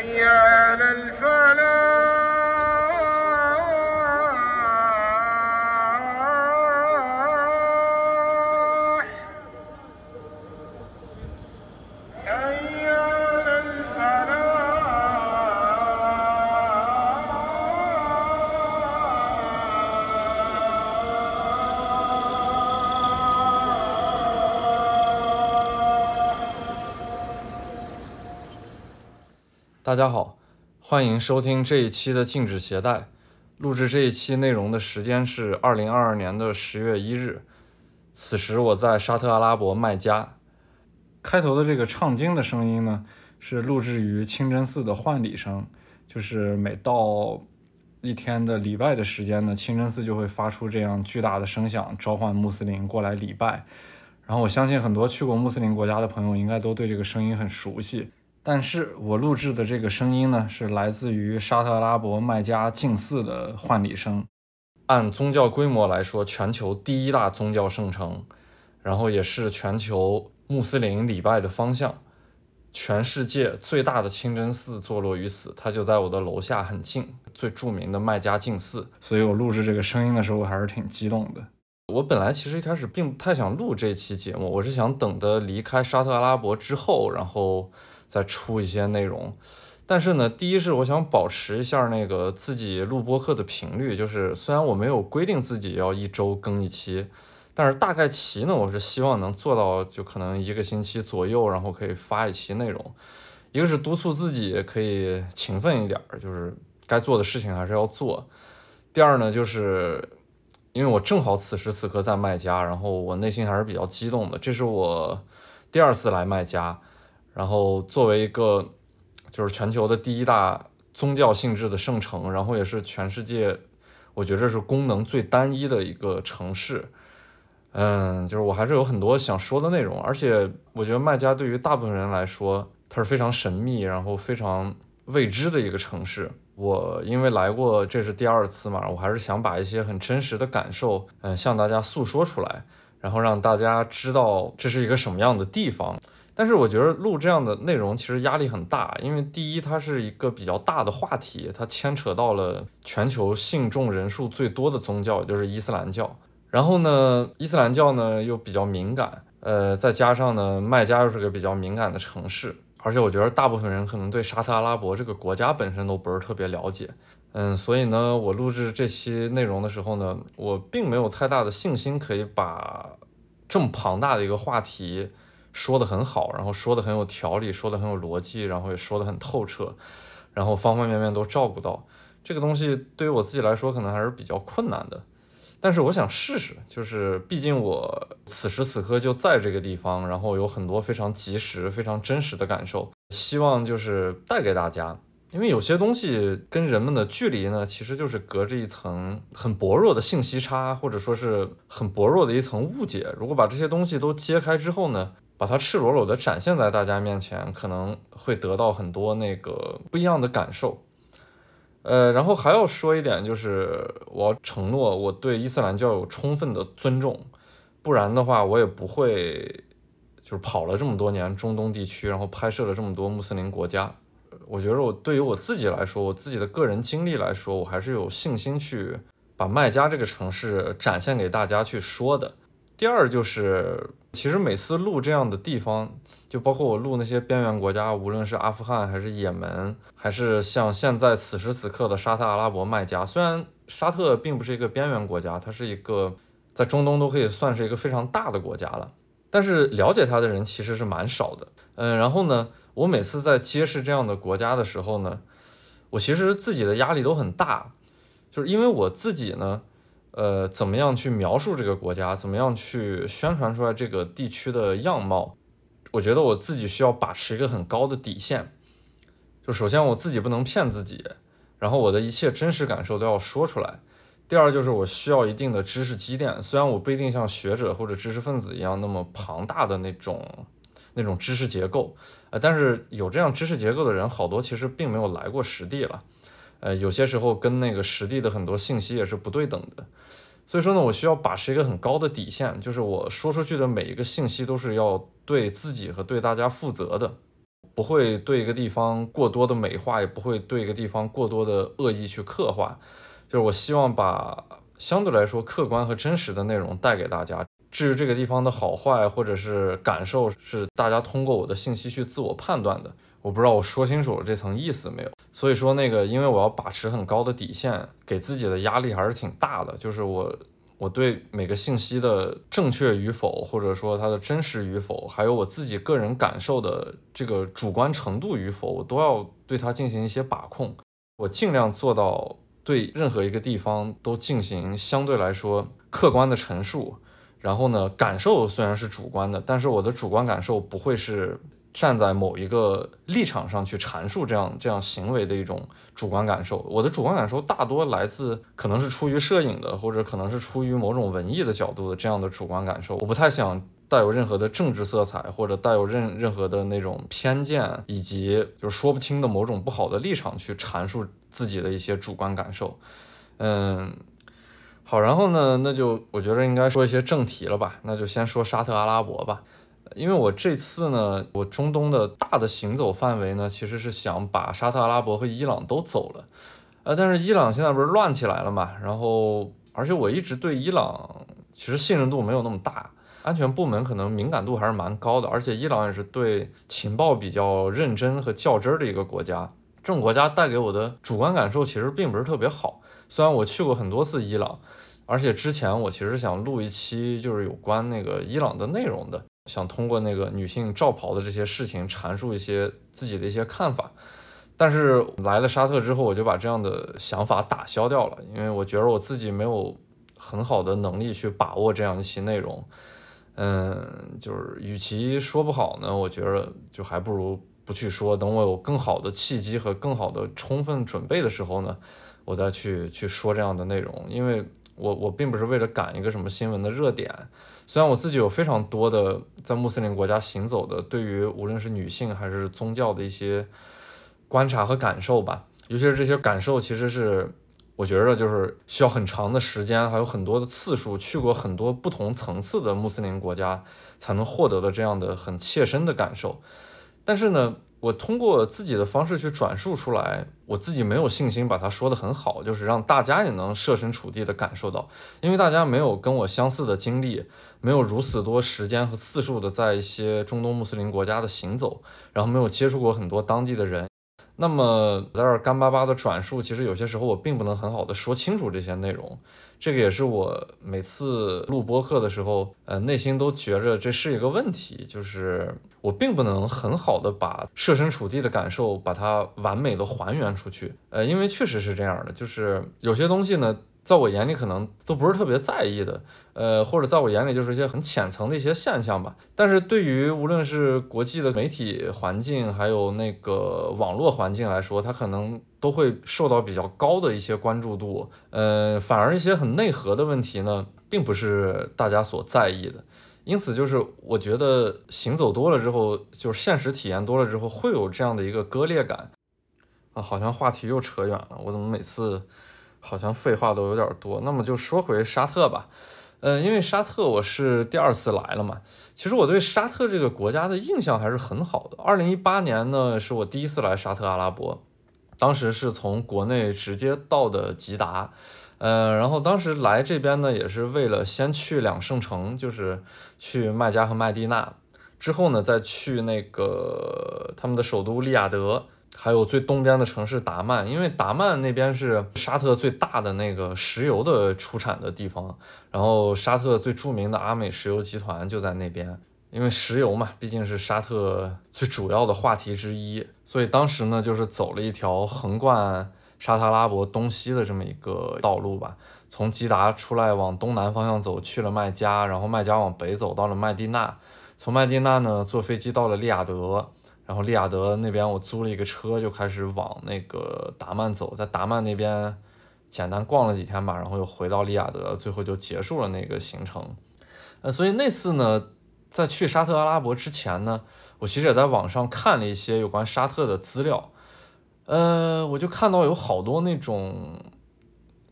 حي على الفلاح حي على 大家好，欢迎收听这一期的禁止携带。录制这一期内容的时间是2022年的10月1日，此时我在沙特阿拉伯麦加。开头的这个唱经的声音呢，是录制于清真寺的换礼声，就是每到一天的礼拜的时间呢，清真寺就会发出这样巨大的声响，召唤穆斯林过来礼拜。然后我相信很多去过穆斯林国家的朋友应该都对这个声音很熟悉。但是我录制的这个声音呢，是来自于沙特阿拉伯麦加净寺的换礼声。按宗教规模来说，全球第一大宗教圣城，然后也是全球穆斯林礼拜的方向。全世界最大的清真寺坐落于此，它就在我的楼下很近，最著名的麦加净寺。所以我录制这个声音的时候还是挺激动的。我本来其实一开始并不太想录这期节目，我是想等的离开沙特阿拉伯之后，然后再出一些内容。但是呢，第一是我想保持一下那个自己录播客的频率，就是虽然我没有规定自己要一周更一期，但是大概期呢，我是希望能做到就可能1个星期左右，然后可以发一期内容。一个是督促自己可以勤奋一点，就是该做的事情还是要做。第二呢，就是因为我正好此时此刻在麦加，然后我内心还是比较激动的，这是我第2次来麦加，然后作为一个就是全球的第一大宗教性质的圣城，然后也是全世界我觉得是功能最单一的一个城市，就是我还是有很多想说的内容，而且我觉得麦加对于大部分人来说，它是非常神秘，然后非常未知的一个城市。我因为来过，这是第2次嘛，我还是想把一些很真实的感受，向大家诉说出来，然后让大家知道这是一个什么样的地方。但是我觉得录这样的内容其实压力很大，因为第一，它是一个比较大的话题，它牵扯到了全球信众人数最多的宗教，也就是伊斯兰教。然后呢，伊斯兰教呢又比较敏感，再加上呢，麦加又是个比较敏感的城市。而且我觉得大部分人可能对沙特阿拉伯这个国家本身都不是特别了解，所以呢，我录制这期内容的时候呢，我并没有太大的信心可以把这么庞大的一个话题说得很好，然后说得很有条理，说得很有逻辑，然后也说得很透彻，然后方方面面都照顾到。这个东西对于我自己来说可能还是比较困难的。但是我想试试，就是毕竟我此时此刻就在这个地方，然后有很多非常及时、非常真实的感受，希望就是带给大家。因为有些东西跟人们的距离呢，其实就是隔着一层很薄弱的信息差，或者说是很薄弱的一层误解。如果把这些东西都揭开之后呢，把它赤裸裸的展现在大家面前，可能会得到很多那个不一样的感受。然后还要说一点，就是我要承诺我对伊斯兰教有充分的尊重，不然的话我也不会就是跑了这么多年中东地区，然后拍摄了这么多穆斯林国家。我觉得我对于我自己来说，我自己的个人经历来说，我还是有信心去把麦加这个城市展现给大家去说的。第二就是其实每次录这样的地方，就包括我录那些边缘国家，无论是阿富汗还是也门，还是像现在此时此刻的沙特阿拉伯麦加，虽然沙特并不是一个边缘国家，它是一个在中东都可以算是一个非常大的国家了，但是了解它的人其实是蛮少的。然后呢，我每次在揭示这样的国家的时候呢，我其实自己的压力都很大，就是因为我自己呢怎么样去描述这个国家，怎么样去宣传出来这个地区的样貌，我觉得我自己需要把持一个很高的底线。就首先我自己不能骗自己，然后我的一切真实感受都要说出来。第二就是我需要一定的知识积淀，虽然我不一定像学者或者知识分子一样那么庞大的那种知识结构，但是有这样知识结构的人好多其实并没有来过实地了。有些时候跟那个实地的很多信息也是不对等的，所以说呢，我需要把持一个很高的底线，就是我说出去的每一个信息都是要对自己和对大家负责的。 不会对一个地方过多的美化，也不会对一个地方过多的恶意去刻画，就是我希望把相对来说客观和真实的内容带给大家。至于这个地方的好坏或者是感受，是大家通过我的信息去自我判断的。我不知道我说清楚了这层意思没有。所以说因为我要把持很高的底线，给自己的压力还是挺大的，就是我对每个信息的正确与否，或者说它的真实与否，还有我自己个人感受的这个主观程度与否，我都要对它进行一些把控。我尽量做到对任何一个地方都进行相对来说客观的陈述。然后呢，感受虽然是主观的，但是我的主观感受不会是站在某一个立场上去阐述这样行为的一种主观感受。我的主观感受大多来自可能是出于摄影的，或者可能是出于某种文艺的角度的这样的主观感受。我不太想带有任何的政治色彩，或者带有任何的那种偏见，以及就是说不清的某种不好的立场去阐述自己的一些主观感受。好，然后呢，那就我觉得应该说一些正题了吧，那就先说沙特阿拉伯吧。因为我这次呢，我中东的大的行走范围呢，其实是想把沙特阿拉伯和伊朗都走了。但是伊朗现在不是乱起来了嘛，然后而且我一直对伊朗其实信任度没有那么大，安全部门可能敏感度还是蛮高的，而且伊朗也是对情报比较认真和较真的一个国家。这种国家带给我的主观感受其实并不是特别好。虽然我去过很多次伊朗，而且之前我其实想录一期就是有关那个伊朗的内容的，想通过那个女性罩袍的这些事情阐述一些自己的一些看法。但是来了沙特之后，我就把这样的想法打消掉了，因为我觉得我自己没有很好的能力去把握这样一期内容。就是与其说不好呢，我觉得就还不如不去说，等我有更好的契机和更好的充分准备的时候呢，我再去说这样的内容。因为我并不是为了赶一个什么新闻的热点，虽然我自己有非常多的在穆斯林国家行走的对于无论是女性还是宗教的一些观察和感受吧，尤其是这些感受其实是我觉得就是需要很长的时间，还有很多的次数，去过很多不同层次的穆斯林国家才能获得的这样的很切身的感受。但是呢，我通过自己的方式去转述出来，我自己没有信心把它说得很好，就是让大家也能设身处地的感受到，因为大家没有跟我相似的经历，没有如此多时间和次数的在一些中东穆斯林国家的行走，然后没有接触过很多当地的人。那么在这儿干巴巴的转述，其实有些时候我并不能很好的说清楚这些内容，这个也是我每次录播客的时候，内心都觉着这是一个问题，就是我并不能很好的把设身处地的感受把它完美的还原出去，因为确实是这样的，就是有些东西呢，在我眼里可能都不是特别在意的，或者在我眼里就是一些很浅层的一些现象吧。但是对于无论是国际的媒体环境，还有那个网络环境来说，它可能都会受到比较高的一些关注度。反而一些很内核的问题呢，并不是大家所在意的。因此就是我觉得行走多了之后，就是现实体验多了之后，会有这样的一个割裂感。好像话题又扯远了，我怎么每次好像废话都有点多。那么就说回沙特吧。因为沙特我是第二次来了嘛，其实我对沙特这个国家的印象还是很好的。2018年呢，是我第一次来沙特阿拉伯，当时是从国内直接到的吉达。然后当时来这边呢，也是为了先去两圣城，就是去麦加和麦地那，之后呢再去那个他们的首都利雅得，还有最东边的城市达曼，因为达曼那边是沙特最大的那个石油的出产的地方，然后沙特最著名的阿美石油集团就在那边。因为石油嘛，毕竟是沙特最主要的话题之一，所以当时呢就是走了一条横贯沙特阿拉伯东西的这么一个道路吧，从吉达出来往东南方向走，去了麦加，然后麦加往北走到了麦地那，从麦地那呢坐飞机到了利雅得，然后利雅得那边我租了一个车，就开始往那个达曼走，在达曼那边简单逛了几天吧，然后又回到利雅得，最后就结束了那个行程。所以那次呢，在去沙特阿拉伯之前呢，我其实也在网上看了一些有关沙特的资料，我就看到有好多那种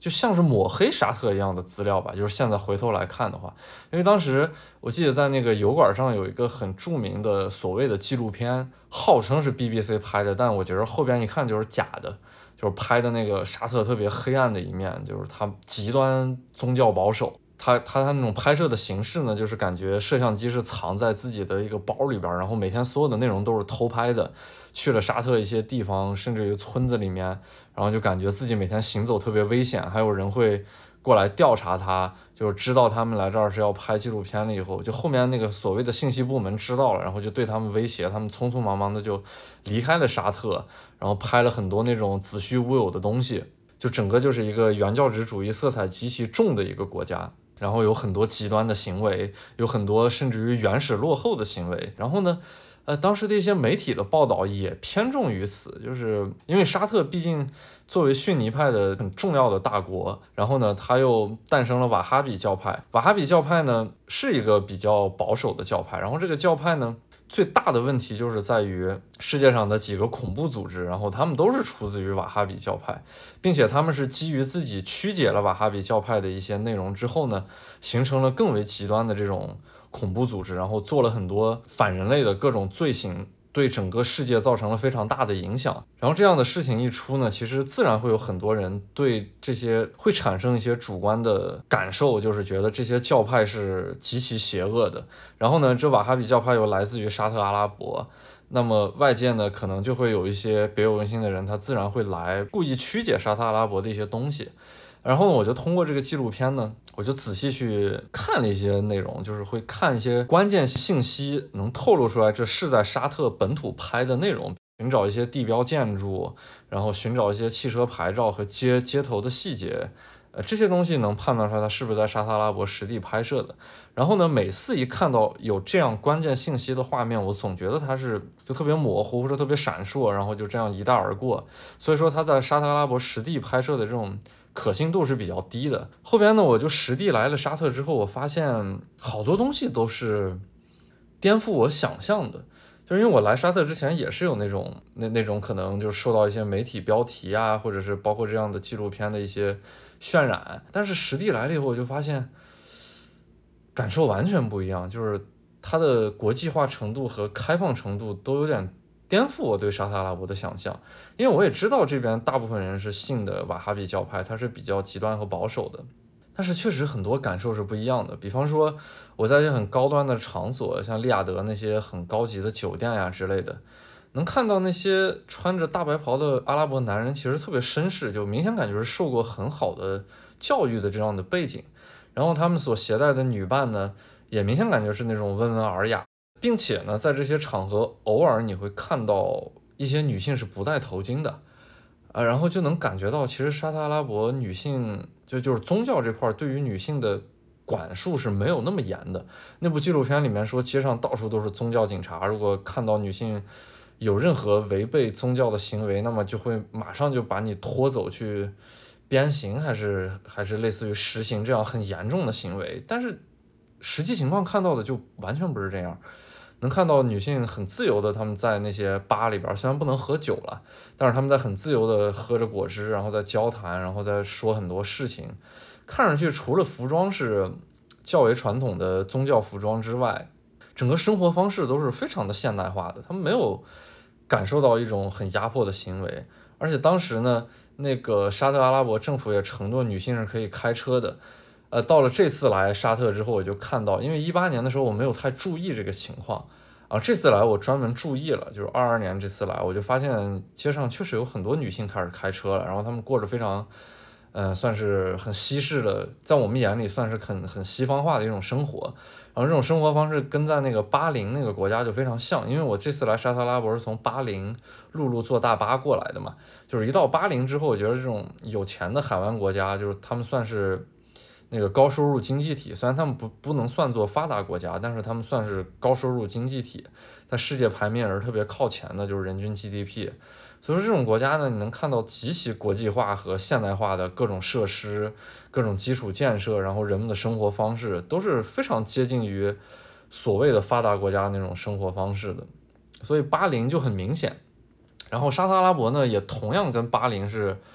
就像是抹黑沙特一样的资料吧，就是现在回头来看的话，因为当时我记得在那个油管上有一个很著名的所谓的纪录片，号称是 BBC 拍的，但我觉得后边一看就是假的，就是拍的那个沙特特别黑暗的一面，就是它极端宗教保守。他那种拍摄的形式呢，就是感觉摄像机是藏在自己的一个包里边，然后每天所有的内容都是偷拍的，去了沙特一些地方，甚至于村子里面，然后就感觉自己每天行走特别危险，还有人会过来调查他，就是知道他们来这儿是要拍纪录片了以后，就后面那个所谓的信息部门知道了，然后就对他们威胁，他们匆匆忙忙的就离开了沙特，然后拍了很多那种子虚乌有的东西，就整个就是一个原教旨主义色彩极其重的一个国家。然后有很多极端的行为，有很多甚至于原始落后的行为。然后呢，当时的一些媒体的报道也偏重于此，就是因为沙特毕竟作为逊尼派的很重要的大国，然后呢，它又诞生了瓦哈比教派。瓦哈比教派呢是一个比较保守的教派，然后这个教派呢，最大的问题就是在于世界上的几个恐怖组织，然后他们都是出自于瓦哈比教派，并且他们是基于自己曲解了瓦哈比教派的一些内容之后呢，形成了更为极端的这种恐怖组织，然后做了很多反人类的各种罪行，对整个世界造成了非常大的影响。然后这样的事情一出呢，其实自然会有很多人对这些会产生一些主观的感受，就是觉得这些教派是极其邪恶的。然后呢，这瓦哈比教派又来自于沙特阿拉伯，那么外界呢可能就会有一些别有用心的人，他自然会来故意曲解沙特阿拉伯的一些东西。然后呢，我就通过这个纪录片呢，我就仔细去看了一些内容，就是会看一些关键信息，能透露出来这是在沙特本土拍的内容，寻找一些地标建筑，然后寻找一些汽车牌照和街头的细节，这些东西能判断出来它是不是在沙特阿拉伯实地拍摄的。然后呢，每次一看到有这样关键信息的画面，我总觉得它是就特别模糊或者特别闪烁，然后就这样一带而过。所以说它在沙特阿拉伯实地拍摄的这种可信度是比较低的。后边呢，我就实地来了沙特之后，我发现好多东西都是颠覆我想象的。就是因为我来沙特之前也是有那种可能就是受到一些媒体标题啊，或者是包括这样的纪录片的一些渲染，但是实地来了以后，我就发现感受完全不一样，就是它的国际化程度和开放程度都有点颠覆我对沙特阿拉伯的想象。因为我也知道这边大部分人是信的瓦哈比教派，它是比较极端和保守的，但是确实很多感受是不一样的。比方说我在一些很高端的场所，像利雅得那些很高级的酒店呀之类的，能看到那些穿着大白袍的阿拉伯男人其实特别绅士，就明显感觉是受过很好的教育的这样的背景。然后他们所携带的女伴呢，也明显感觉是那种温文尔雅，并且呢，在这些场合偶尔你会看到一些女性是不戴头巾的，然后就能感觉到其实沙特阿拉伯女性就是宗教这块对于女性的管束是没有那么严的。那部纪录片里面说，街上到处都是宗教警察，如果看到女性有任何违背宗教的行为，那么就会马上就把你拖走去鞭刑，还是类似于实行这样很严重的行为。但是实际情况看到的就完全不是这样，能看到女性很自由的，她们在那些吧里边虽然不能喝酒了，但是她们在很自由的喝着果汁，然后在交谈，然后在说很多事情。看上去除了服装是较为传统的宗教服装之外，整个生活方式都是非常的现代化的，他们没有感受到一种很压迫的行为。而且当时呢，那个沙特阿拉伯政府也承诺女性是可以开车的。到了这次来沙特之后，我就看到，因为18年的时候我没有太注意这个情况，这次来我专门注意了，就是22年这次来，我就发现街上确实有很多女性开始开车了，然后她们过着非常算是很西式的，在我们眼里算是很西方化的一种生活。然后这种生活方式跟在那个巴林那个国家就非常像，因为我这次来沙特阿拉伯是从巴林陆路坐大巴过来的嘛，就是一到巴林之后，我觉得这种有钱的海湾国家，就是他们算是那个高收入经济体，虽然他们不能算作发达国家，但是他们算是高收入经济体，在世界排名也是特别靠前的，就是人均 GDP。所以说这种国家呢，你能看到极其国际化和现代化的各种设施、各种基础建设，然后人们的生活方式都是非常接近于所谓的发达国家那种生活方式的，所以巴林就很明显。然后沙特阿拉伯呢，也同样跟巴林是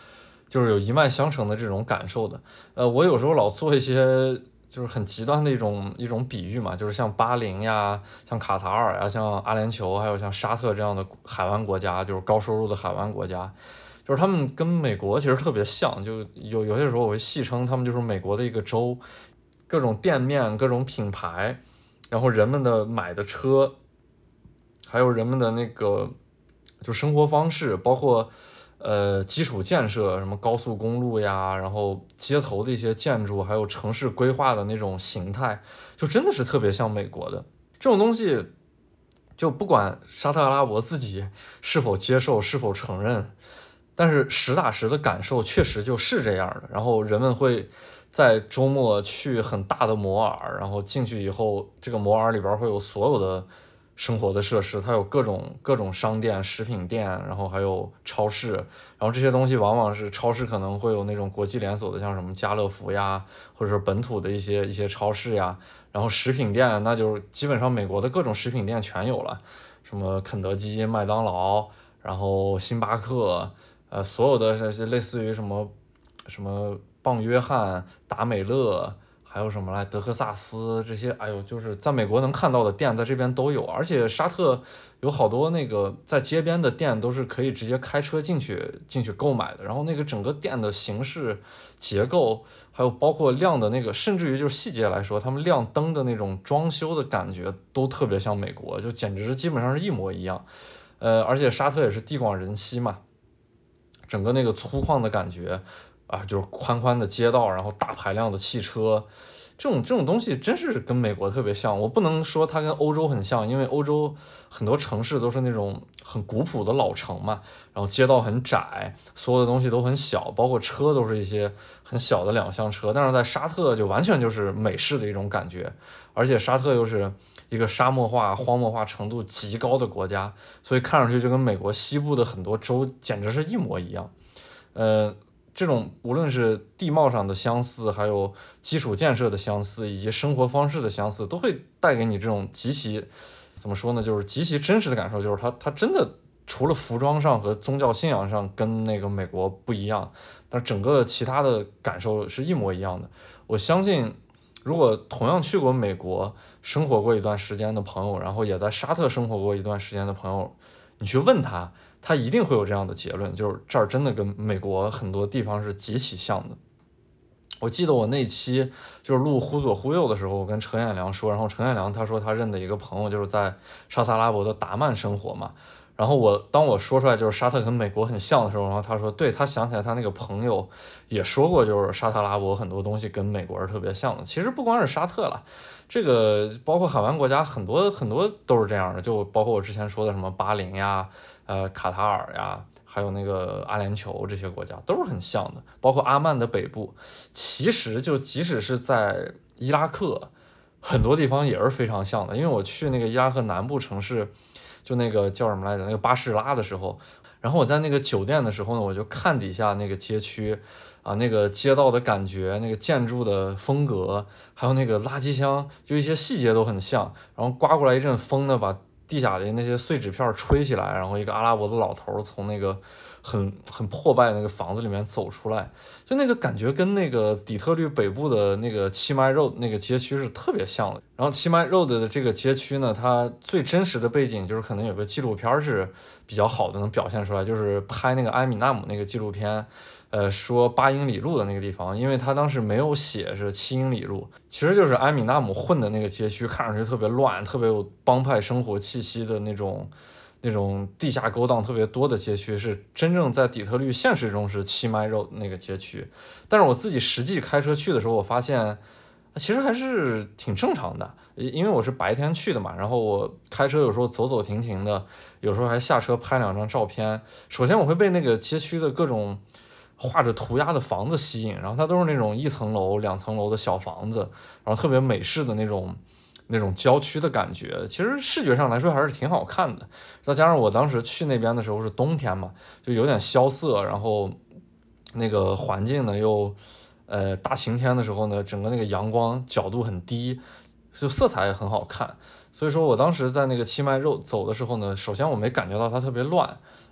就是有一脉相承的这种感受的。我有时候老做一些就是很极端的一种比喻嘛，就是像巴林呀、像卡塔尔呀、像阿联酋，还有像沙特这样的海湾国家，就是高收入的海湾国家，就是他们跟美国其实特别像，就有些时候我会戏称他们就是美国的一个州，各种店面、各种品牌，然后人们的买的车，还有人们的那个就生活方式，包括基础建设，什么高速公路呀，然后街头的一些建筑，还有城市规划的那种形态，就真的是特别像美国的这种东西。就不管沙特阿拉伯自己是否接受、是否承认，但是实打实的感受确实就是这样的。然后人们会在周末去很大的摩尔，然后进去以后，这个摩尔里边会有所有的生活的设施，它有各种商店、食品店，然后还有超市，然后这些东西往往是超市可能会有那种国际连锁的，像什么家乐福呀，或者是本土的一些超市呀，然后食品店那就是基本上美国的各种食品店全有了，什么肯德基、麦当劳，然后星巴克，所有的这些类似于什么棒约翰、达美乐。还有什么来德克萨斯这些，哎呦，就是在美国能看到的店，在这边都有，而且沙特有好多那个在街边的店都是可以直接开车进去购买的，然后那个整个店的形式、结构，还有包括亮的那个，甚至于就是细节来说，他们亮灯的那种装修的感觉都特别像美国，就简直基本上是一模一样。而且沙特也是地广人稀嘛，整个那个粗犷的感觉。就是宽宽的街道，然后大排量的汽车，这种东西真是跟美国特别像。我不能说它跟欧洲很像，因为欧洲很多城市都是那种很古朴的老城嘛，然后街道很窄，所有的东西都很小，包括车都是一些很小的两厢车。但是在沙特就完全就是美式的一种感觉，而且沙特又是一个沙漠化、荒漠化程度极高的国家，所以看上去就跟美国西部的很多州简直是一模一样。这种无论是地貌上的相似，还有基础建设的相似，以及生活方式的相似，都会带给你这种极其怎么说呢，就是极其真实的感受，就是它真的除了服装上和宗教信仰上跟那个美国不一样，但整个其他的感受是一模一样的。我相信，如果同样去过美国生活过一段时间的朋友，然后也在沙特生活过一段时间的朋友，你去问他。他一定会有这样的结论，就是这儿真的跟美国很多地方是极其像的。我记得我那期就是录忽左忽右的时候，我跟陈彦良说，然后陈彦良他说他认的一个朋友就是在沙特阿拉伯的达曼生活嘛，然后当我说出来就是沙特跟美国很像的时候，然后他说对，他想起来他那个朋友也说过，就是沙特阿拉伯很多东西跟美国是特别像的。其实不光是沙特了，这个包括海湾国家很多很多都是这样的，就包括我之前说的什么巴林呀。卡塔尔呀，还有那个阿联酋这些国家都是很像的，包括阿曼的北部，其实就即使是在伊拉克，很多地方也是非常像的。因为我去那个伊拉克南部城市，就那个叫什么来着，那个巴士拉的时候，然后我在那个酒店的时候呢，我就看底下那个街区那个街道的感觉，那个建筑的风格，还有那个垃圾箱，就一些细节都很像。然后刮过来一阵风呢，把地下的那些碎纸片吹起来，然后一个阿拉伯的老头从那个很破败的那个房子里面走出来，就那个感觉跟那个底特律北部的那个七迈 road 那个街区是特别像的。然后七迈 road 的这个街区呢，它最真实的背景就是可能有个纪录片是比较好的能表现出来，就是拍那个埃米纳姆那个纪录片。说8英里路的那个地方，因为他当时没有写是7英里路，其实就是埃米纳姆混的那个街区，看上去特别乱，特别有帮派生活气息的那种地下勾当特别多的街区，是真正在底特律现实中是7迈 road 那个街区。但是我自己实际开车去的时候，我发现其实还是挺正常的，因为我是白天去的嘛，然后我开车有时候走走停停的，有时候还下车拍2张照片。首先我会被那个街区的各种画着涂鸦的房子吸引，然后它都是那种1层楼、2层楼的小房子，然后特别美式的那种郊区的感觉，其实视觉上来说还是挺好看的。再加上我当时去那边的时候是冬天嘛，就有点萧瑟，然后那个环境呢又大晴天的时候呢，整个那个阳光角度很低，就色彩也很好看。所以说我当时在那个7迈 road走的时候呢，首先我没感觉到它特别乱。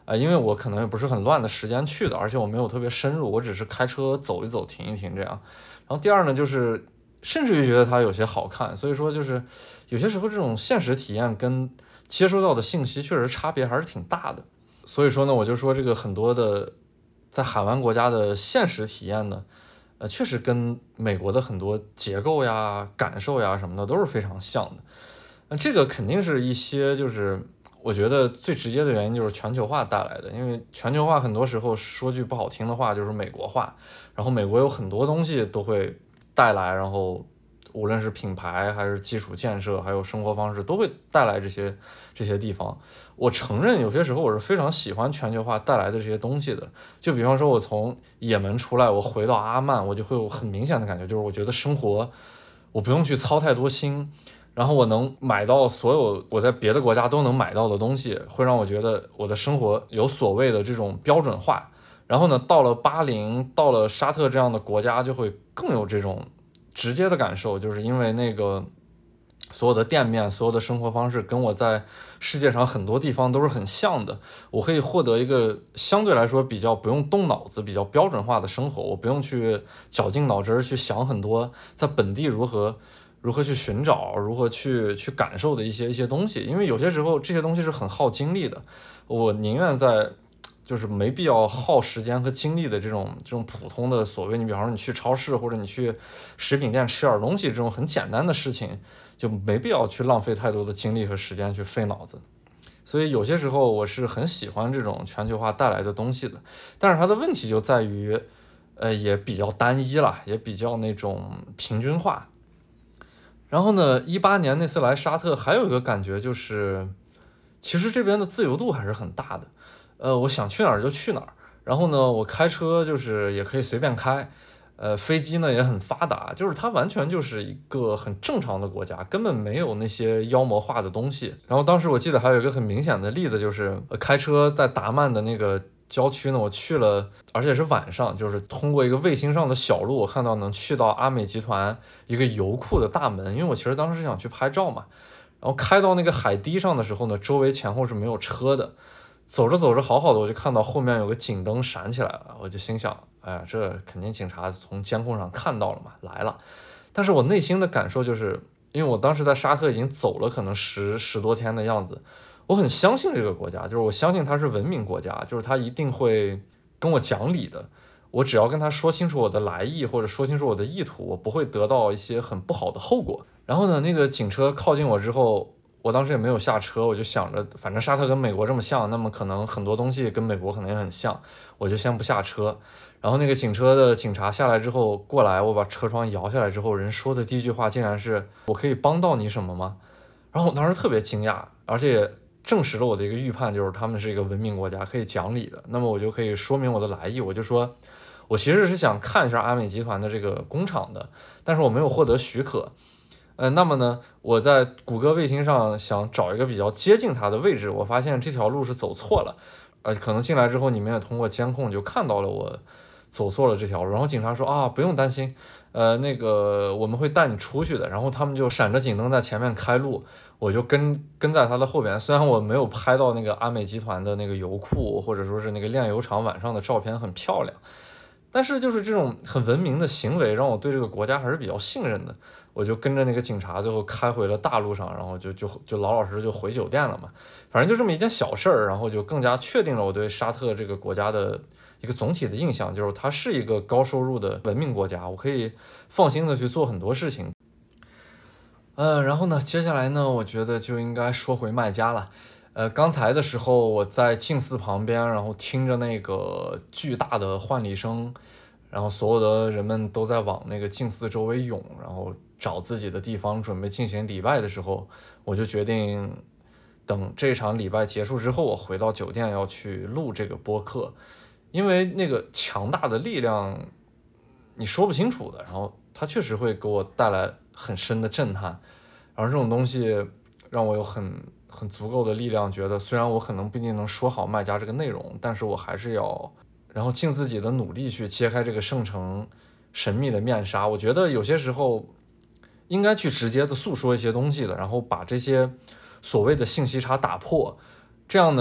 因为我可能也不是很乱的时间去的，而且我没有特别深入，我只是开车走一走停一停这样。然后第二呢，就是甚至于觉得它有些好看，所以说就是有些时候这种现实体验跟接收到的信息确实差别还是挺大的。所以说呢，我就说这个很多的在海湾国家的现实体验呢，确实跟美国的很多结构呀、感受呀什么的都是非常像的。那这个肯定是一些就是我觉得最直接的原因就是全球化带来的，因为全球化很多时候说句不好听的话就是美国化，然后美国有很多东西都会带来，然后无论是品牌还是基础建设还有生活方式都会带来这些地方。我承认有些时候我是非常喜欢全球化带来的这些东西的，就比方说我从也门出来，我回到阿曼，我就会有很明显的感觉，就是我觉得生活我不用去操太多心，然后我能买到所有我在别的国家都能买到的东西，会让我觉得我的生活有所谓的这种标准化。然后呢，到了巴林，到了沙特这样的国家，就会更有这种直接的感受，就是因为那个所有的店面、所有的生活方式跟我在世界上很多地方都是很像的，我可以获得一个相对来说比较不用动脑子、比较标准化的生活，我不用去绞尽脑汁去想很多在本地如何去寻找、如何去感受的一些东西，因为有些时候这些东西是很耗精力的，我宁愿在就是没必要耗时间和精力的这种普通的所谓，你比方说你去超市或者你去食品店吃点东西这种很简单的事情，就没必要去浪费太多的精力和时间去费脑子。所以有些时候我是很喜欢这种全球化带来的东西的，但是它的问题就在于，也比较单一了，也比较那种平均化。然后呢，18年那次来沙特，还有一个感觉就是，其实这边的自由度还是很大的。我想去哪儿就去哪儿。然后呢，我开车就是也可以随便开。飞机呢也很发达，就是它完全就是一个很正常的国家，根本没有那些妖魔化的东西。然后当时我记得还有一个很明显的例子，就是开车在达曼的那个郊区呢，我去了，而且是晚上，就是通过一个卫星上的小路，我看到能去到阿美集团一个油库的大门，因为我其实当时是想去拍照嘛。然后开到那个海堤上的时候呢，周围前后是没有车的。走着走着，好好的，我就看到后面有个警灯闪起来了，我就心想，哎呀，这肯定警察从监控上看到了嘛，来了。但是我内心的感受就是，因为我当时在沙特已经走了可能十多天的样子，我很相信这个国家，就是我相信它是文明国家，就是它一定会跟我讲理的。我只要跟他说清楚我的来意，或者说清楚我的意图，我不会得到一些很不好的后果。然后呢，那个警车靠近我之后，我当时也没有下车，我就想着，反正沙特跟美国这么像，那么可能很多东西跟美国可能也很像，我就先不下车。然后那个警车的警察下来之后过来，我把车窗摇下来之后，人说的第一句话竟然是“我可以帮到你什么吗？”然后我当时特别惊讶，而且也证实了我的一个预判，就是他们是一个文明国家，可以讲理的。那么我就可以说明我的来意，我就说，我其实是想看一下阿美集团的这个工厂的，但是我没有获得许可。那么呢，我在谷歌卫星上想找一个比较接近它的位置，我发现这条路是走错了。可能进来之后你们也通过监控就看到了我走错了这条路。然后警察说啊，不用担心，那个我们会带你出去的。然后他们就闪着警灯在前面开路，我就跟在他的后边。虽然我没有拍到那个阿美集团的那个油库或者说是那个炼油厂晚上的照片很漂亮，但是就是这种很文明的行为让我对这个国家还是比较信任的。我就跟着那个警察最后开回了大路上，然后就老老实实就回酒店了嘛。反正就这么一件小事儿，然后就更加确定了我对沙特这个国家的一个总体的印象，就是它是一个高收入的文明国家，我可以放心的去做很多事情。然后呢，接下来呢，我觉得就应该说回麦加了。刚才的时候我在静寺旁边，然后听着那个巨大的换礼声，然后所有的人们都在往那个静寺周围涌，然后找自己的地方准备进行礼拜的时候，我就决定等这场礼拜结束之后，我回到酒店要去录这个播客，因为那个强大的力量你说不清楚的，然后它确实会给我带来很深的震撼，然后这种东西让我有很足够的力量，觉得虽然我可能不一定能说好卖家这个内容，但是我还是要然后尽自己的努力去揭开这个圣城神秘的面纱。我觉得有些时候应该去直接的诉说一些东西的，然后把这些所谓的信息差打破，这样呢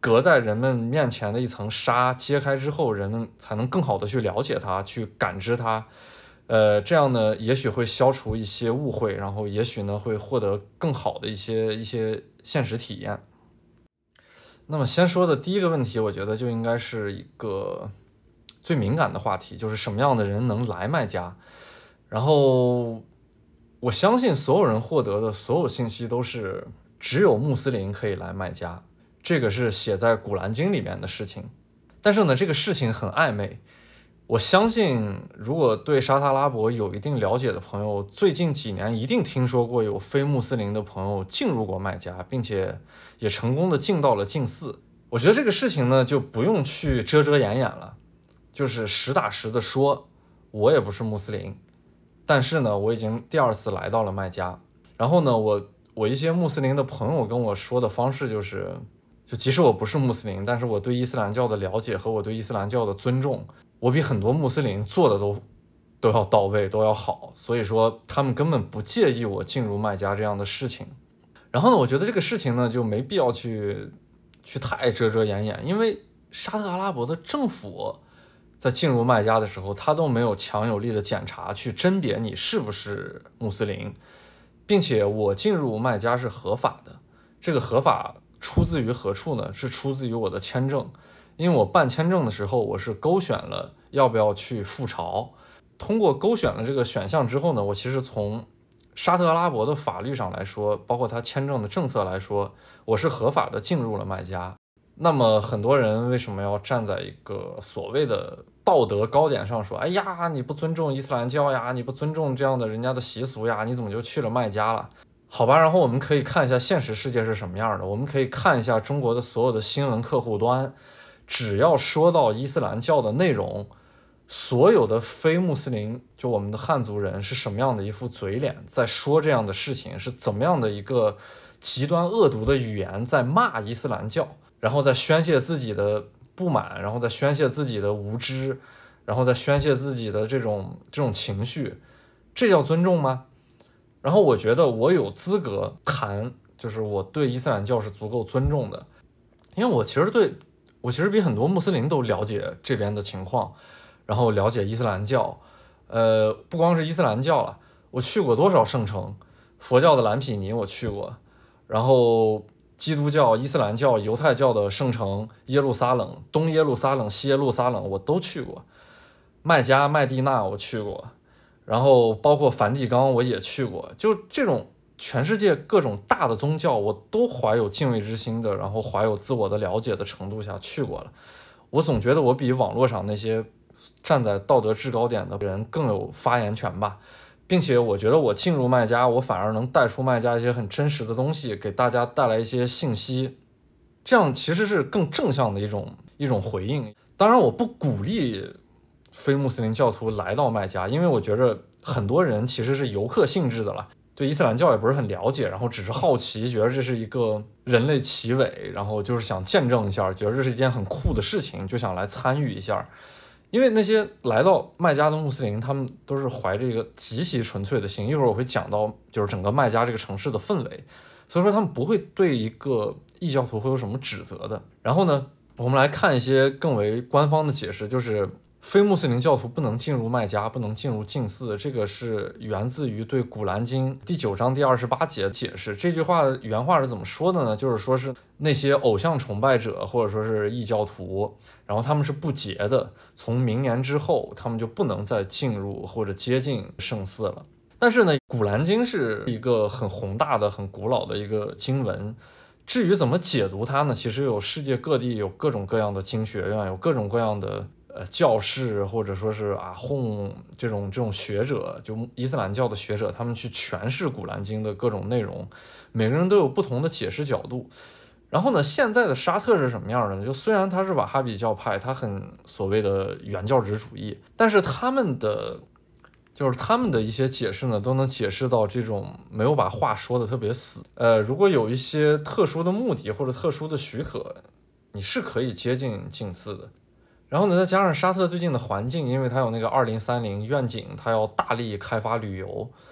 隔在人们面前的一层纱揭开之后，人们才能更好的去了解它，去感知它。这样呢，也许会消除一些误会，然后也许呢会获得更好的一些现实体验。那么先说的第一个问题，我觉得就应该是一个最敏感的话题，就是什么样的人能来麦加。然后我相信所有人获得的所有信息都是只有穆斯林可以来麦加，这个是写在古兰经里面的事情。但是呢，这个事情很暧昧。我相信如果对沙特阿拉伯有一定了解的朋友，最近几年一定听说过有非穆斯林的朋友进入过麦加，并且也成功的进到了禁寺。我觉得这个事情呢，就不用去遮遮掩掩了，就是实打实的说，我也不是穆斯林，但是呢，我已经第2次来到了麦加。然后呢，我一些穆斯林的朋友跟我说的方式就是，就即使我不是穆斯林，但是我对伊斯兰教的了解和我对伊斯兰教的尊重，我比很多穆斯林做的都要到位，都要好，所以说他们根本不介意我进入麦加这样的事情。然后呢，我觉得这个事情呢就没必要去太遮遮掩掩，因为沙特阿拉伯的政府在进入麦加的时候，他都没有强有力的检查去甄别你是不是穆斯林，并且我进入麦加是合法的。这个合法出自于何处呢？是出自于我的签证。因为我办签证的时候，我是勾选了要不要去赴朝。通过勾选了这个选项之后呢，我其实从沙特阿拉伯的法律上来说，包括他签证的政策来说，我是合法的进入了麦加。那么很多人为什么要站在一个所谓的道德高点上说，哎呀，你不尊重伊斯兰教呀，你不尊重这样的人家的习俗呀，你怎么就去了麦加了？好吧，然后我们可以看一下现实世界是什么样的，我们可以看一下中国的所有的新闻客户端，只要说到伊斯兰教的内容，所有的非穆斯林，就我们的汉族人是什么样的一副嘴脸，在说这样的事情，是怎么样的一个极端恶毒的语言在骂伊斯兰教，然后在宣泄自己的不满，然后在宣泄自己的无知，然后在宣泄自己的这种情绪，这叫尊重吗？然后我觉得我有资格谈，就是我对伊斯兰教是足够尊重的，因为我其实比很多穆斯林都了解这边的情况，然后了解伊斯兰教。不光是伊斯兰教了，我去过多少圣城，佛教的蓝毗尼我去过，然后基督教、伊斯兰教、犹太教的圣城耶路撒冷、东耶路撒冷、西耶路撒冷我都去过，麦加、麦地那我去过，然后包括梵蒂冈我也去过，就这种全世界各种大的宗教我都怀有敬畏之心的，然后怀有自我的了解的程度下去过了。我总觉得我比网络上那些站在道德制高点的人更有发言权吧，并且我觉得我进入麦加，我反而能带出麦加一些很真实的东西，给大家带来一些信息，这样其实是更正向的一种回应。当然我不鼓励非穆斯林教徒来到麦加，因为我觉得很多人其实是游客性质的了，对伊斯兰教也不是很了解，然后只是好奇，觉得这是一个人类奇伟，然后就是想见证一下，觉得这是一件很酷的事情，就想来参与一下。因为那些来到麦加的穆斯林，他们都是怀着一个极其纯粹的心，一会儿我会讲到就是整个麦加这个城市的氛围，所以说他们不会对一个异教徒会有什么指责的。然后呢，我们来看一些更为官方的解释，就是非穆斯林教徒不能进入麦加，不能进入禁寺，这个是源自于对古兰经第9章第28节的解释。这句话原话是怎么说的呢？就是说是那些偶像崇拜者或者说是异教徒，然后他们是不洁的，从明年之后他们就不能再进入或者接近圣寺了。但是呢，古兰经是一个很宏大的很古老的一个经文，至于怎么解读它呢，其实有世界各地有各种各样的经学院，有各种各样的教士，或者说是訇这种学者，就伊斯兰教的学者，他们去诠释古兰经的各种内容，每个人都有不同的解释角度。然后呢，现在的沙特是什么样的呢？就虽然他是瓦哈比教派，他很所谓的原教旨主义，但是他们的一些解释呢，都能解释到这种没有把话说的特别死。如果有一些特殊的目的或者特殊的许可，你是可以接近禁寺的。然后呢，再加上沙特最近的环境，因为它有那个2030愿景，它要大力开发旅游，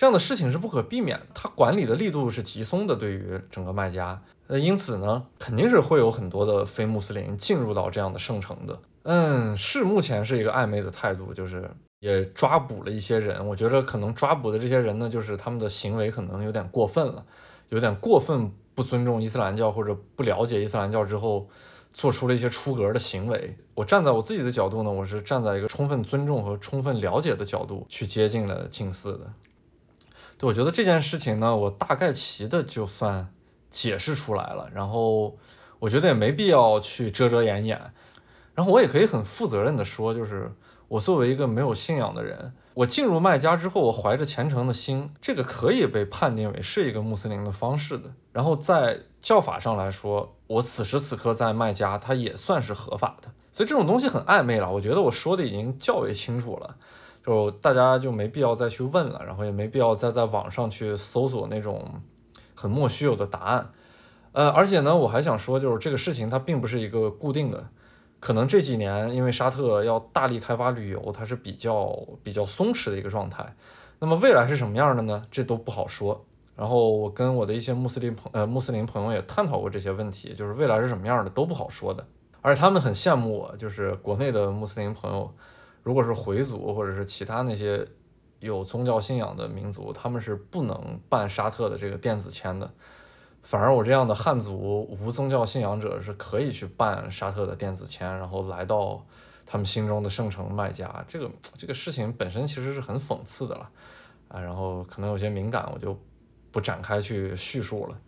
这样的事情是不可避免的，它管理的力度是极松的，对于整个麦加，因此呢，肯定是会有很多的非穆斯林进入到这样的圣城的。是目前是一个暧昧的态度，就是也抓捕了一些人，我觉得可能抓捕的这些人呢，就是他们的行为可能有点过分了，有点过分不尊重伊斯兰教或者不了解伊斯兰教之后，做出了一些出格的行为。我站在我自己的角度呢，我是站在一个充分尊重和充分了解的角度去接近了近似的。对，我觉得这件事情呢，我大概齐的就算解释出来了，然后我觉得也没必要去遮遮掩掩。然后我也可以很负责任的说，就是我作为一个没有信仰的人，我进入麦加之后，我怀着虔诚的心，这个可以被判定为是一个穆斯林的方式的。然后在教法上来说，我此时此刻在麦加，它也算是合法的。所以这种东西很暧昧了，我觉得我说的已经较为清楚了，就大家就没必要再去问了，然后也没必要再在网上去搜索那种很莫须有的答案。而且呢，我还想说，就是这个事情它并不是一个固定的。可能这几年因为沙特要大力开发旅游，它是比较松弛的一个状态。那么未来是什么样的呢？这都不好说。然后我跟我的一些穆斯林朋友也探讨过这些问题，就是未来是什么样的都不好说的。而且他们很羡慕我，就是国内的穆斯林朋友，如果是回族或者是其他那些有宗教信仰的民族，他们是不能办沙特的这个电子签的。反而我这样的汉族无宗教信仰者是可以去办沙特的电子签，然后来到他们心中的圣城麦加。这个事情本身其实是很讽刺的了然后可能有些敏感，我就不展开去叙述了。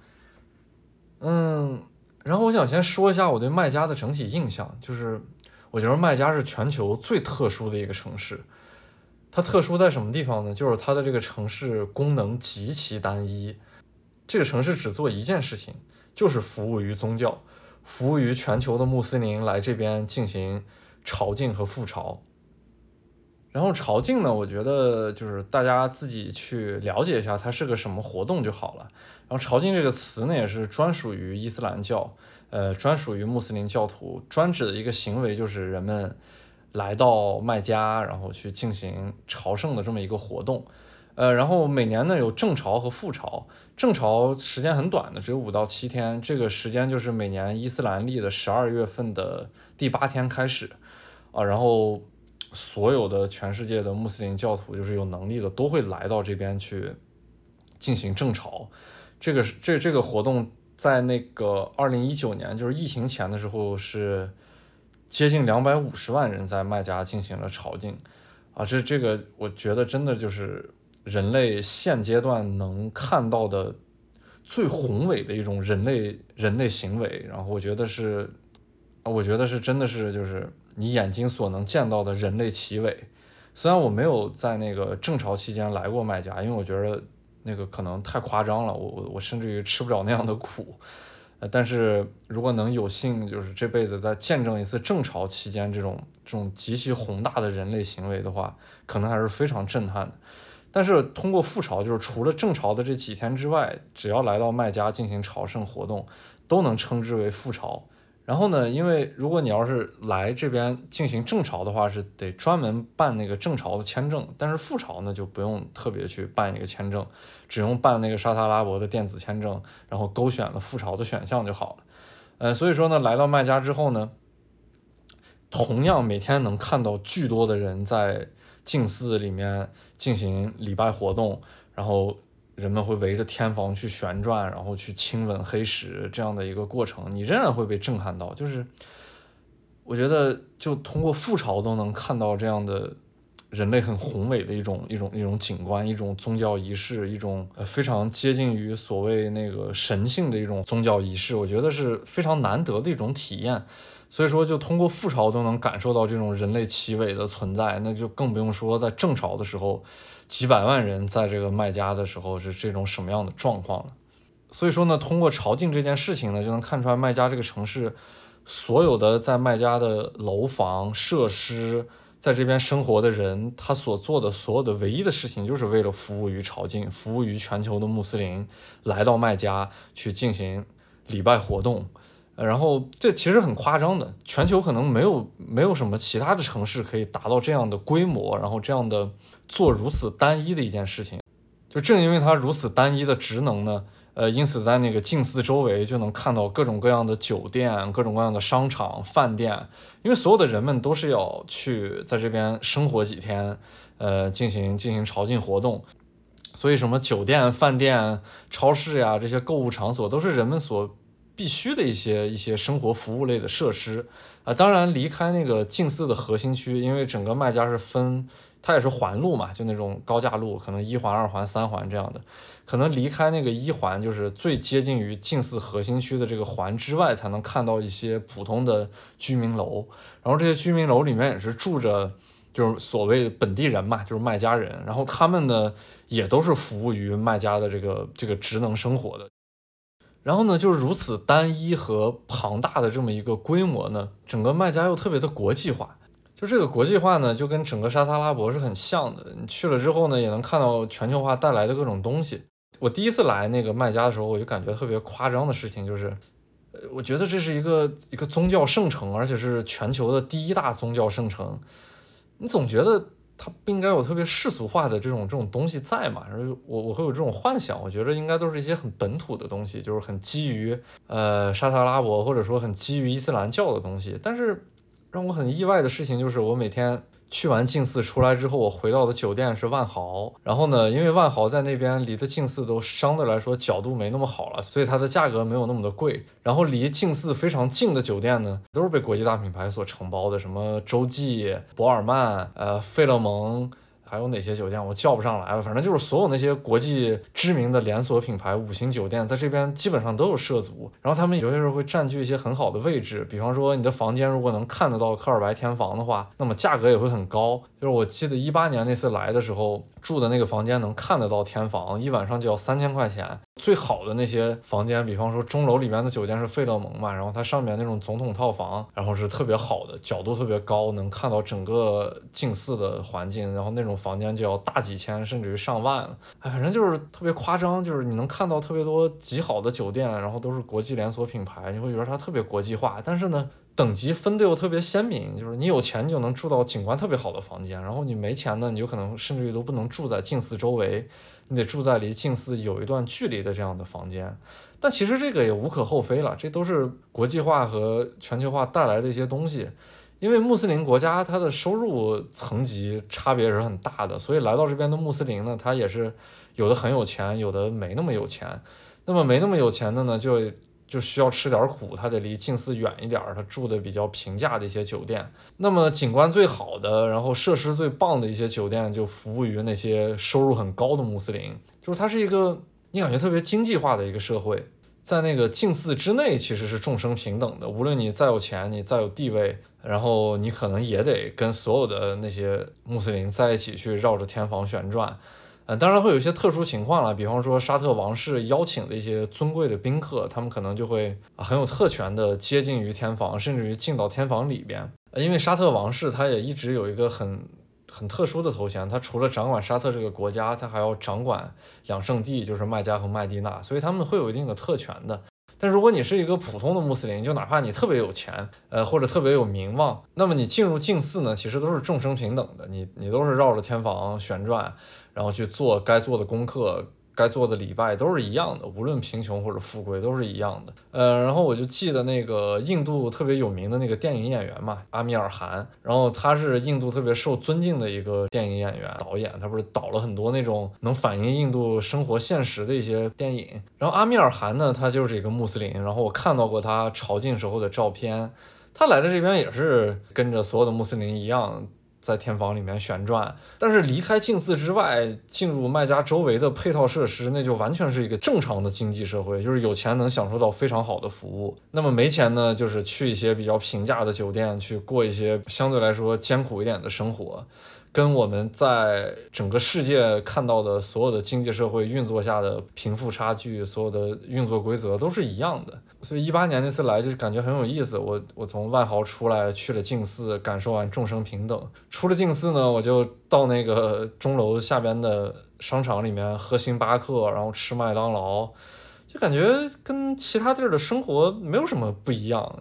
然后我想先说一下我对麦加的整体印象，就是我觉得麦加是全球最特殊的一个城市。它特殊在什么地方呢？就是它的这个城市功能极其单一。这个城市只做一件事情，就是服务于宗教，服务于全球的穆斯林来这边进行朝觐和复朝。然后朝觐呢，我觉得就是大家自己去了解一下它是个什么活动就好了。然后朝觐这个词呢，也是专属于伊斯兰教，专属于穆斯林教徒，专指的一个行为就是人们来到麦加，然后去进行朝圣的这么一个活动。然后每年呢有正朝和副朝，正朝时间很短的，只有5到7天，这个时间就是每年伊斯兰历的12月份的第8天开始然后所有的全世界的穆斯林教徒就是有能力的都会来到这边去进行正朝。这个活动在那个2019年就是疫情前的时候是接近250万人在麦加进行了朝觐这个我觉得真的就是人类现阶段能看到的最宏伟的一种人类行为。然后我觉得是真的是就是你眼睛所能见到的人类奇伟。虽然我没有在那个正朝期间来过麦加，因为我觉得那个可能太夸张了，我甚至于吃不了那样的苦。但是如果能有幸就是这辈子再见证一次正朝期间这种极其宏大的人类行为的话，可能还是非常震撼的。但是通过复朝，就是除了正朝的这几天之外，只要来到麦加进行朝圣活动，都能称之为复朝。然后呢，因为如果你要是来这边进行正朝的话，是得专门办那个正朝的签证，但是复朝呢就不用特别去办一个签证，只用办那个沙特阿拉伯的电子签证，然后勾选了复朝的选项就好了。所以说呢，来到麦加之后呢，同样每天能看到巨多的人在净寺里面进行礼拜活动，然后人们会围着天房去旋转，然后去亲吻黑石，这样的一个过程，你仍然会被震撼到。就是我觉得就通过复朝都能看到这样的人类很宏伟的一种景观，一种宗教仪式，一种非常接近于所谓那个神性的一种宗教仪式，我觉得是非常难得的一种体验。所以说就通过复朝都能感受到这种人类奇伟的存在，那就更不用说在正朝的时候几百万人在这个麦加的时候是这种什么样的状况了。所以说呢，通过朝觐这件事情呢，就能看出来麦加这个城市所有的在麦加的楼房设施，在这边生活的人，他所做的所有的唯一的事情，就是为了服务于朝觐，服务于全球的穆斯林来到麦加去进行礼拜活动。然后这其实很夸张的，全球可能没有什么其他的城市可以达到这样的规模，然后这样的做如此单一的一件事情。 就正因为它如此单一的职能呢，因此在那个近寺周围就能看到各种各样的酒店、各种各样的商场、饭店，因为所有的人们都是要去在这边生活几天，进行朝觐活动，所以什么酒店、饭店、超市呀这些购物场所都是人们所必须的一些生活服务类的设施当然离开那个近寺的核心区，因为整个麦加是分。它也是环路嘛，就那种高架路，可能1环、2环、3环这样的。可能离开那个1环，就是最接近于近寺核心区的这个环之外，才能看到一些普通的居民楼。然后这些居民楼里面也是住着，就是所谓本地人嘛，就是麦加人。然后他们呢，也都是服务于麦加的这个职能生活的。然后呢，就是如此单一和庞大的这么一个规模呢，整个麦加又特别的国际化。就这个国际化呢，就跟整个沙特阿拉伯是很像的。你去了之后呢，也能看到全球化带来的各种东西。我第一次来那个麦加的时候，我就感觉特别夸张的事情就是，我觉得这是一个宗教圣城，而且是全球的第1大宗教圣城。你总觉得它不应该有特别世俗化的这种东西在嘛？然后我会有这种幻想，我觉得应该都是一些很本土的东西，就是很基于沙特阿拉伯或者说很基于伊斯兰教的东西，但是。让我很意外的事情就是，我每天去完近寺出来之后，我回到的酒店是万豪。然后呢，因为万豪在那边离的近寺都相对来说角度没那么好了，所以它的价格没有那么的贵。然后离近寺非常近的酒店呢，都是被国际大品牌所承包的，什么洲际、博尔曼、费勒蒙。还有哪些酒店我叫不上来了，反正就是所有那些国际知名的连锁品牌5星酒店在这边基本上都有涉足，然后他们有些时候会占据一些很好的位置，比方说你的房间如果能看得到科尔白天房的话，那么价格也会很高。就是我记得18年那次来的时候住的那个房间能看得到天房，一晚上就要3000块钱。最好的那些房间，比方说钟楼里面的酒店是费勒蒙嘛，然后它上面那种总统套房，然后是特别好的，角度特别高，能看到整个近寺的环境，然后那种房间就要大几千甚至于上万了。反正就是特别夸张，就是你能看到特别多极好的酒店，然后都是国际连锁品牌，你会觉得它特别国际化，但是呢等级分的又特别鲜明，就是你有钱你就能住到景观特别好的房间，然后你没钱呢，你有可能甚至于都不能住在近寺周围，你得住在离近寺有一段距离的这样的房间。但其实这个也无可厚非了，这都是国际化和全球化带来的一些东西。因为穆斯林国家它的收入层级差别是很大的，所以来到这边的穆斯林呢，他也是有的很有钱，有的没那么有钱。那么没那么有钱的呢，就需要吃点苦，他得离近寺远一点，他住的比较平价的一些酒店。那么景观最好的，然后设施最棒的一些酒店，就服务于那些收入很高的穆斯林。就是它是一个你感觉特别经济化的一个社会，在那个近寺之内其实是众生平等的，无论你再有钱，你再有地位，然后你可能也得跟所有的那些穆斯林在一起去绕着天房旋转。当然会有一些特殊情况了，比方说沙特王室邀请的一些尊贵的宾客，他们可能就会很有特权的接近于天房，甚至于进到天房里边。因为沙特王室他也一直有一个很特殊的头衔，他除了掌管沙特这个国家，他还要掌管两圣地，就是麦加和麦地那，所以他们会有一定的特权的。但如果你是一个普通的穆斯林，就哪怕你特别有钱，或者特别有名望，那么你进入近寺呢，其实都是众生平等的，你都是绕着天房旋转，然后去做该做的功课，该做的礼拜都是一样的，无论贫穷或者富贵都是一样的。然后我就记得那个印度特别有名的那个电影演员嘛，阿米尔汗，然后他是印度特别受尊敬的一个电影演员导演，他不是导了很多那种能反映印度生活现实的一些电影。然后阿米尔汗呢，他就是一个穆斯林，然后我看到过他朝觐时候的照片，他来的这边也是跟着所有的穆斯林一样在天房里面旋转，但是离开近寺之外，进入麦加周围的配套设施，那就完全是一个正常的经济社会，就是有钱能享受到非常好的服务，那么没钱呢，就是去一些比较平价的酒店去过一些相对来说艰苦一点的生活。跟我们在整个世界看到的所有的经济社会运作下的贫富差距，所有的运作规则都是一样的。所以18年那次来就是感觉很有意思，我从万豪出来去了近寺，感受完众生平等。出了近寺呢，我就到那个钟楼下边的商场里面喝星巴克，然后吃麦当劳，就感觉跟其他地儿的生活没有什么不一样。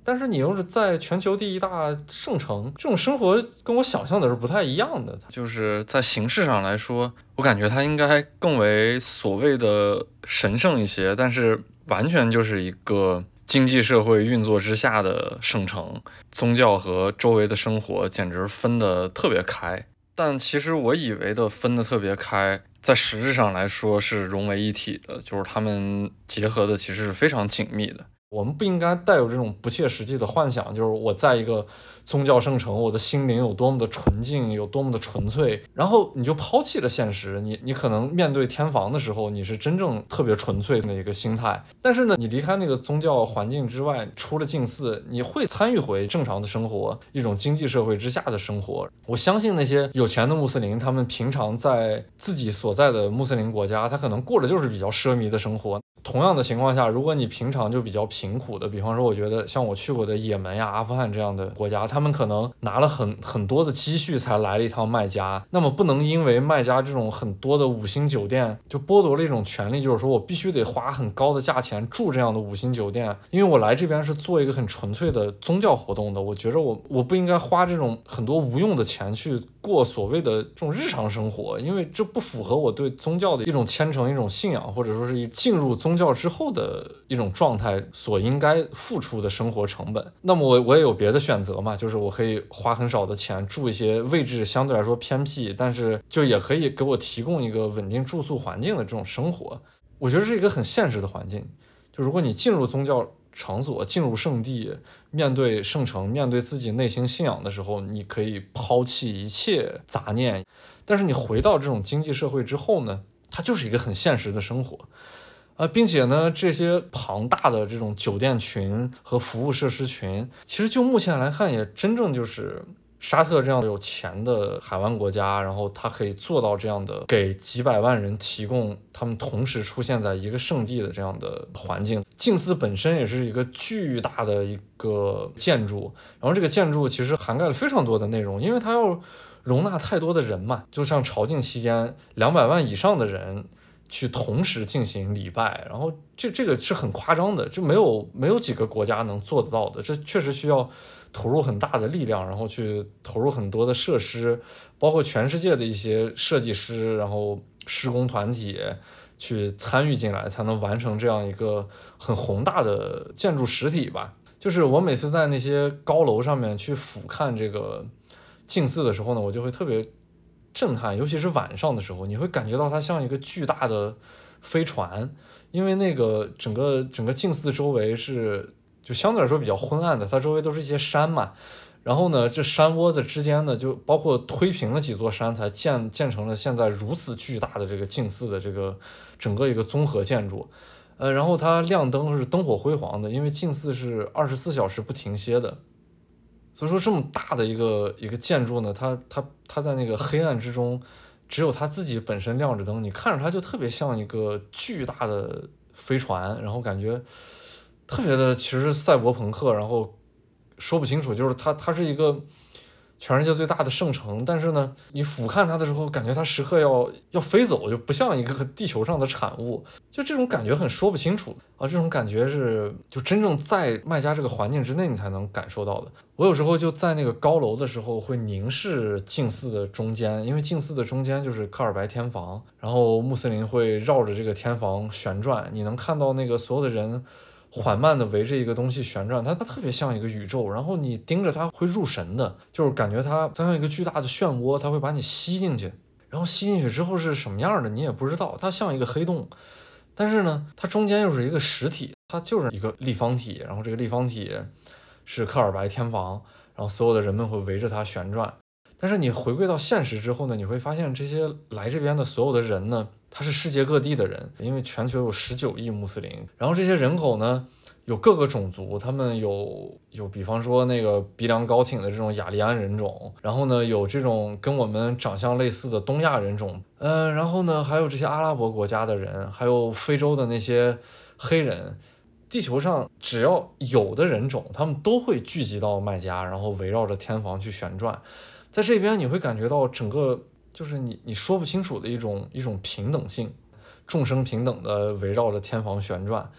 但是你又是在全球第一大圣城，这种生活跟我想象的是不太一样的。就是在形式上来说，我感觉它应该更为所谓的神圣一些，但是完全就是一个经济社会运作之下的圣城，宗教和周围的生活简直分得特别开。但其实我以为的分得特别开，在实质上来说是融为一体的，就是他们结合的其实是非常紧密的。我们不应该带有这种不切实际的幻想，就是我在一个宗教圣城，我的心灵有多么的纯净，有多么的纯粹，然后你就抛弃了现实。你可能面对天房的时候，你是真正特别纯粹的一个心态，但是呢，你离开那个宗教环境之外，出了净寺，你会参与回正常的生活，一种经济社会之下的生活。我相信那些有钱的穆斯林，他们平常在自己所在的穆斯林国家，他可能过的就是比较奢靡的生活。同样的情况下，如果你平常就比较贫苦的，比方说我觉得像我去过的也门呀、阿富汗这样的国家，他们可能拿了很多的积蓄才来了一趟麦加，那么不能因为麦加这种很多的5星酒店就剥夺了一种权利，就是说我必须得花很高的价钱住这样的5星酒店，因为我来这边是做一个很纯粹的宗教活动的，我觉得我不应该花这种很多无用的钱去过所谓的这种日常生活，因为这不符合我对宗教的一种虔诚、一种信仰，或者说是进入宗教之后的一种状态所应该付出的生活成本。那么我也有别的选择嘛，就是我可以花很少的钱住一些位置相对来说偏僻，但是就也可以给我提供一个稳定住宿环境的这种生活。我觉得是一个很现实的环境，就如果你进入宗教场所，进入圣地，面对圣城，面对自己内心信仰的时候，你可以抛弃一切杂念。但是你回到这种经济社会之后呢，它就是一个很现实的生活。并且呢，这些庞大的这种酒店群和服务设施群，其实就目前来看，也真正就是沙特这样有钱的海湾国家，然后它可以做到这样的给几百万人提供他们同时出现在一个圣地的这样的环境。净寺本身也是一个巨大的一个建筑，然后这个建筑其实涵盖了非常多的内容，因为它要容纳太多的人嘛，就像朝觐期间200万以上的人去同时进行礼拜，然后这个是很夸张的，这没有几个国家能做得到的，这确实需要投入很大的力量，然后去投入很多的设施，包括全世界的一些设计师，然后施工团体去参与进来，才能完成这样一个很宏大的建筑实体吧。就是我每次在那些高楼上面去俯瞰这个净寺的时候呢，我就会特别震撼，尤其是晚上的时候，你会感觉到它像一个巨大的飞船，因为那个整个净寺周围是就相对来说比较昏暗的，它周围都是一些山嘛，然后呢，这山窝子之间呢，就包括推平了几座山，才建成了现在如此巨大的这个净寺的这个整个一个综合建筑。然后它亮灯是灯火辉煌的，因为净寺是24小时不停歇的。所以说这么大的一个建筑呢，它在那个黑暗之中，只有它自己本身亮着灯，你看着它就特别像一个巨大的飞船，然后感觉特别的其实赛博朋克，然后说不清楚，就是它是一个全世界最大的圣城，但是呢，你俯瞰它的时候，感觉它时刻要飞走，就不像一个地球上的产物，就这种感觉很说不清楚啊。这种感觉是就真正在麦加这个环境之内你才能感受到的。我有时候就在那个高楼的时候会凝视净寺的中间，因为净寺的中间就是科尔白天房，然后穆斯林会绕着这个天房旋转，你能看到那个所有的人缓慢的围着一个东西旋转，它特别像一个宇宙，然后你盯着它会入神的，就是感觉它像一个巨大的漩涡，它会把你吸进去，然后吸进去之后是什么样的你也不知道，它像一个黑洞，但是呢它中间又是一个实体，它就是一个立方体，然后这个立方体是科尔白天房，然后所有的人们会围着它旋转。但是你回归到现实之后呢，你会发现这些来这边的所有的人呢，他是世界各地的人，因为全球有19亿穆斯林，然后这些人口呢有各个种族，他们有比方说那个鼻梁高挺的这种雅利安人种，然后呢有这种跟我们长相类似的东亚人种，然后呢还有这些阿拉伯国家的人，还有非洲的那些黑人。地球上只要有的人种，他们都会聚集到麦加，然后围绕着天房去旋转。在这边你会感觉到整个就是你说不清楚的一种平等性，众生平等的围绕着天房旋转。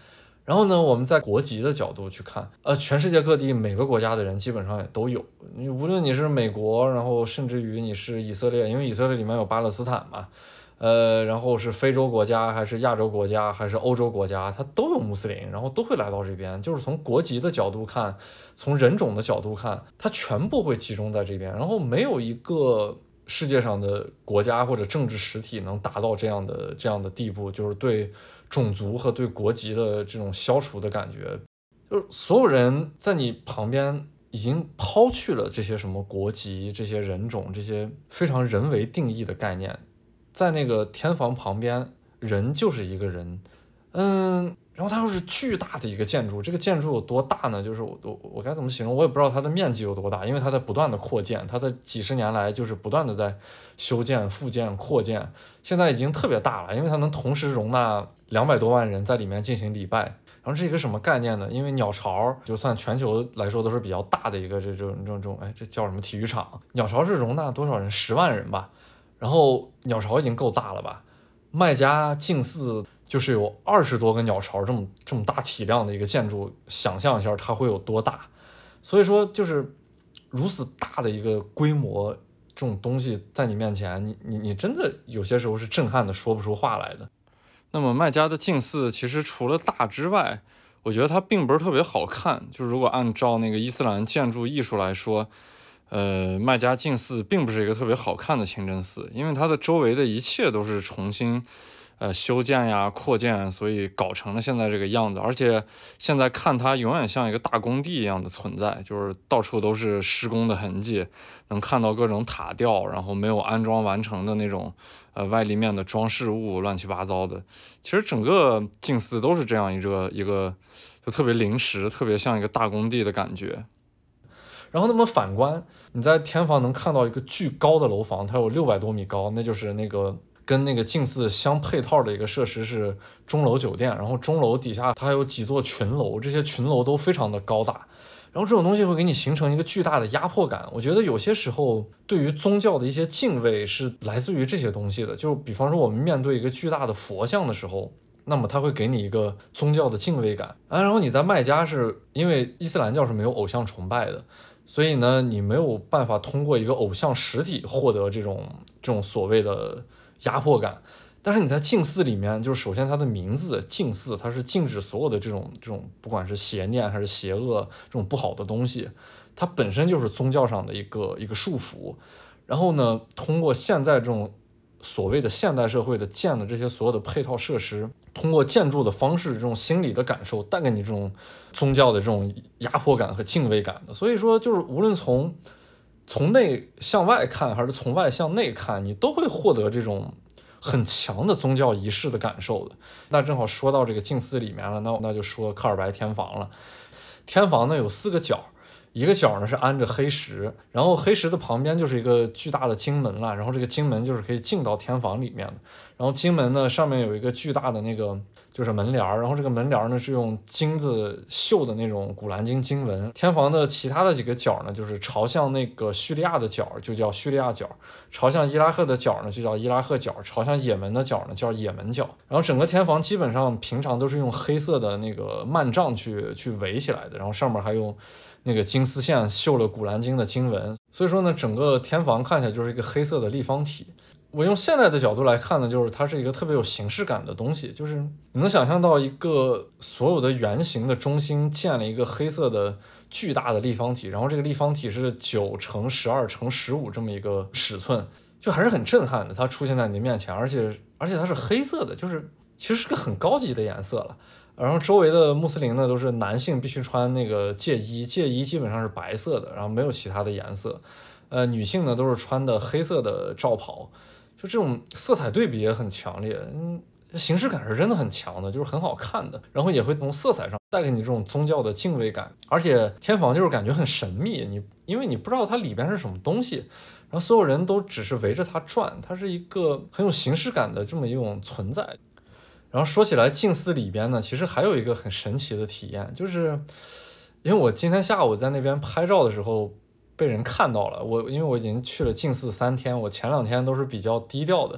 然后呢，我们在国籍的角度去看，全世界各地每个国家的人基本上也都有，无论你是美国，然后甚至于你是以色列，因为以色列里面有巴勒斯坦嘛，然后是非洲国家还是亚洲国家还是欧洲国家，它都有穆斯林，然后都会来到这边。就是从国籍的角度看，从人种的角度看，它全部会集中在这边，然后没有一个世界上的国家或者政治实体能达到这样的地步，就是对种族和对国籍的这种消除的感觉，就是所有人在你旁边已经抛去了这些什么国籍、这些人种、这些非常人为定义的概念，在那个天房旁边，人就是一个人，然后它又是巨大的一个建筑，这个建筑有多大呢？就是我该怎么形容？我也不知道它的面积有多大，因为它在不断的扩建，它在几十年来就是不断的在修建、复建、扩建，现在已经特别大了，因为它能同时容纳200多万人在里面进行礼拜。然后这是一个什么概念呢？因为鸟巢就算全球来说都是比较大的一个这叫什么体育场，鸟巢是容纳多少人？10万人吧。然后鸟巢已经够大了吧？麦加净寺就是有20多个鸟巢这么大体量的一个建筑，想象一下它会有多大。所以说就是如此大的一个规模，这种东西在你面前，你真的有些时候是震撼的说不出话来的。那么麦加的净寺其实除了大之外，我觉得它并不是特别好看。就是如果按照那个伊斯兰建筑艺术来说，麦加净寺并不是一个特别好看的清真寺，因为它的周围的一切都是重新修建呀、扩建，所以搞成了现在这个样子。而且现在看它永远像一个大工地一样的存在，就是到处都是施工的痕迹，能看到各种塔吊，然后没有安装完成的那种外立面的装饰物，乱七八糟的。其实整个净寺都是这样一个就特别临时，特别像一个大工地的感觉。然后那么反观你在天房能看到一个巨高的楼房，它有600多米高，那就是那个跟那个净寺相配套的一个设施是钟楼酒店，然后钟楼底下它还有几座群楼，这些群楼都非常的高大，然后这种东西会给你形成一个巨大的压迫感。我觉得有些时候对于宗教的一些敬畏是来自于这些东西的，就比方说我们面对一个巨大的佛像的时候，那么它会给你一个宗教的敬畏感啊。然后你在麦加是因为伊斯兰教是没有偶像崇拜的，所以呢，你没有办法通过一个偶像实体获得这种所谓的压迫感。但是你在净寺里面，就是首先它的名字净寺，它是禁止所有的这种不管是邪念还是邪恶这种不好的东西，它本身就是宗教上的一个束缚。然后呢，通过现在这种所谓的现代社会的建的这些所有的配套设施，通过建筑的方式，这种心理的感受带给你这种宗教的这种压迫感和敬畏感的。所以说就是无论从内向外看还是从外向内看，你都会获得这种很强的宗教仪式的感受的。那正好说到这个净寺里面了，那就说科尔白天房了。天房呢有4个角，一个角呢是安着黑石，然后黑石的旁边就是一个巨大的经门了，然后这个经门就是可以进到天房里面的。然后经门呢上面有一个巨大的那个就是门帘，然后这个门帘呢是用金子绣的那种古兰经经文。天房的其他的几个角呢，就是朝向那个叙利亚的角就叫叙利亚角，朝向伊拉克的角呢就叫伊拉克角，朝向也门的角呢叫也门角。然后整个天房基本上平常都是用黑色的那个幔帐去围起来的，然后上面还用那个金丝线绣了古兰经的经文。所以说呢，整个天房看起来就是一个黑色的立方体。我用现在的角度来看呢，就是它是一个特别有形式感的东西，就是你能想象到一个所有的圆形的中心建了一个黑色的巨大的立方体，然后这个立方体是9×12×15这么一个尺寸，就还是很震撼的。它出现在你的面前，而且它是黑色的，就是其实是个很高级的颜色了。然后周围的穆斯林呢都是男性必须穿那个戒衣基本上是白色的，然后没有其他的颜色。女性呢都是穿的黑色的罩袍。就这种色彩对比也很强烈，形式感是真的很强的，就是很好看的，然后也会从色彩上带给你这种宗教的敬畏感。而且天房就是感觉很神秘，因为你不知道它里边是什么东西，然后所有人都只是围着它转，它是一个很有形式感的这么一种存在。然后说起来净寺里边呢，其实还有一个很神奇的体验，就是因为我今天下午在那边拍照的时候被人看到了，因为我已经去了净寺3天，我前2天都是比较低调的，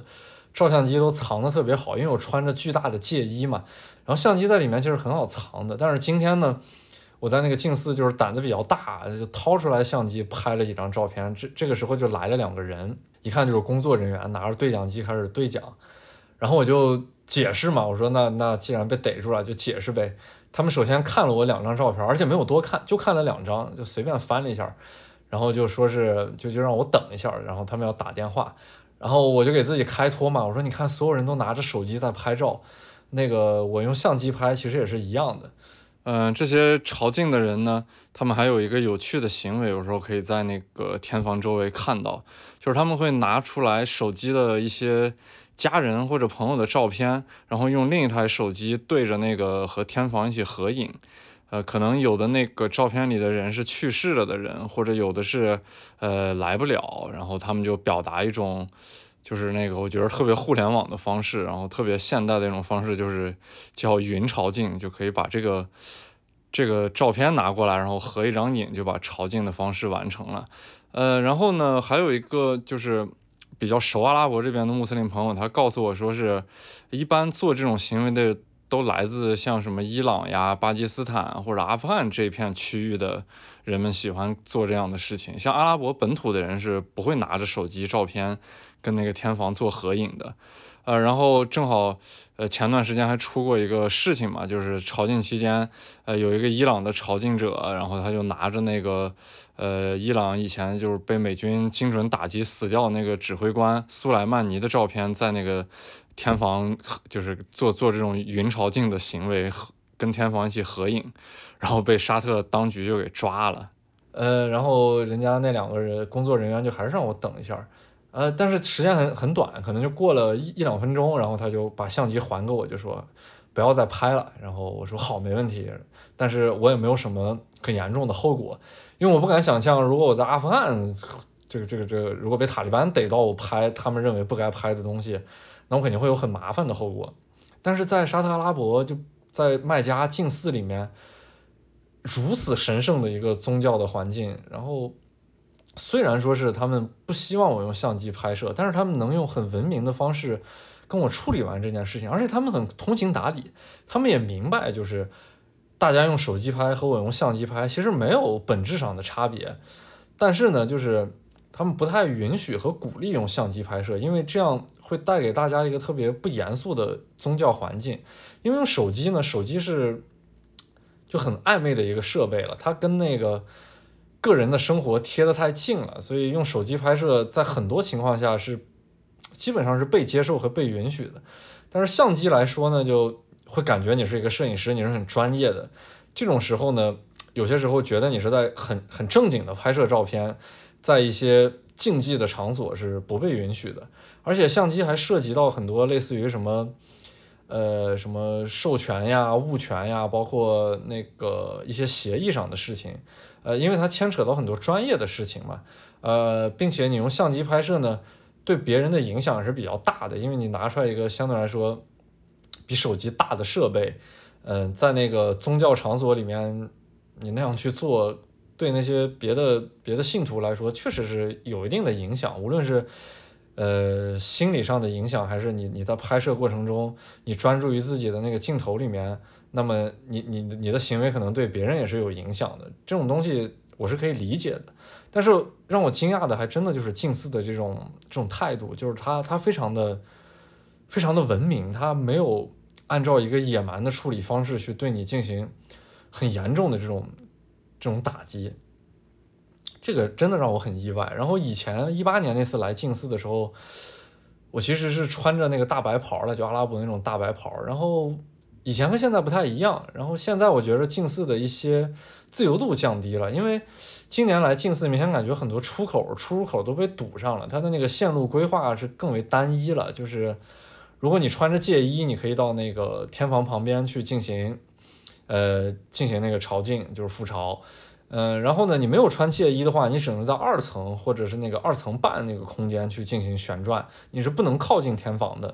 照相机都藏得特别好，因为我穿着巨大的戒衣嘛，然后相机在里面其实很好藏的。但是今天呢，我在那个静寺就是胆子比较大，就掏出来相机拍了几张照片。这个时候就来了2个人，一看就是工作人员，拿着对讲机开始对讲。然后我就解释嘛，我说那既然被逮住了，就解释呗。他们首先看了我2张照片，而且没有多看，就看了2张，就随便翻了一下，然后就说是就让我等一下，然后他们要打电话，然后我就给自己开脱嘛，我说你看所有人都拿着手机在拍照，那个我用相机拍其实也是一样的。这些朝觐的人呢，他们还有一个有趣的行为，有时候可以在那个天房周围看到，就是他们会拿出来手机的一些家人或者朋友的照片，然后用另一台手机对着那个和天房一起合影。可能有的那个照片里的人是去世了的人，或者有的是来不了，然后他们就表达一种就是那个我觉得特别互联网的方式，然后特别现代的一种方式，就是叫云朝觐，就可以把这个照片拿过来，然后合一张影，就把朝觐的方式完成了。然后呢，还有一个就是比较熟阿拉伯这边的穆斯林朋友，他告诉我说是一般做这种行为的都来自像什么伊朗呀、巴基斯坦或者阿富汗这片区域的人们喜欢做这样的事情，像阿拉伯本土的人是不会拿着手机照片跟那个天房做合影的。然后正好前段时间还出过一个事情嘛，就是朝觐期间有一个伊朗的朝觐者，然后他就拿着那个伊朗以前就是被美军精准打击死掉那个指挥官苏莱曼尼的照片，在那个天房就是做这种云朝觐的行为，跟天房一起合影，然后被沙特当局就给抓了。然后人家那2个人工作人员就还是让我等一下。但是时间很短，可能就过了一两分钟，然后他就把相机还给我，就说不要再拍了。然后我说好，没问题。但是我也没有什么很严重的后果，因为我不敢想象，如果我在阿富汗，这个，如果被塔利班逮到我拍他们认为不该拍的东西，那我肯定会有很麻烦的后果。但是在沙特阿拉伯，就在麦加静寺里面，如此神圣的一个宗教的环境，然后虽然说是他们不希望我用相机拍摄，但是他们能用很文明的方式跟我处理完这件事情，而且他们很通情达理，他们也明白就是大家用手机拍和我用相机拍其实没有本质上的差别，但是呢，就是他们不太允许和鼓励用相机拍摄，因为这样会带给大家一个特别不严肃的宗教环境。因为用手机呢，手机是就很暧昧的一个设备了，它跟那个人的生活贴得太近了，所以用手机拍摄在很多情况下是基本上是被接受和被允许的。但是相机来说呢，就会感觉你是一个摄影师，你是很专业的，这种时候呢，有些时候觉得你是在很正经的拍摄照片，在一些竞技的场所是不被允许的。而且相机还涉及到很多类似于什么授权呀、物权呀，包括那个一些协议上的事情，因为它牵扯到很多专业的事情嘛，并且你用相机拍摄呢，对别人的影响是比较大的，因为你拿出来一个相对来说比手机大的设备，在那个宗教场所里面，你那样去做，对那些别的信徒来说，确实是有一定的影响，无论是心理上的影响，还是你在拍摄过程中，你专注于自己的那个镜头里面，那么你的行为可能对别人也是有影响的。这种东西我是可以理解的，但是让我惊讶的还真的就是静寺的这种态度，就是他非常的文明，他没有按照一个野蛮的处理方式去对你进行很严重的这种打击。这个真的让我很意外。然后以前18年那次来静寺的时候，我其实是穿着那个大白袍的，就阿拉伯那种大白袍，然后以前和现在不太一样。然后现在我觉得静寺的一些自由度降低了，因为今年来静寺明显感觉很多出入口都被堵上了，它的那个线路规划是更为单一了，就是如果你穿着戒衣，你可以到那个天房旁边去进行那个朝觐，就是复朝。然后呢，你没有穿戒衣的话，你只能在2层或者是那个2层半那个空间去进行旋转，你是不能靠近天房的。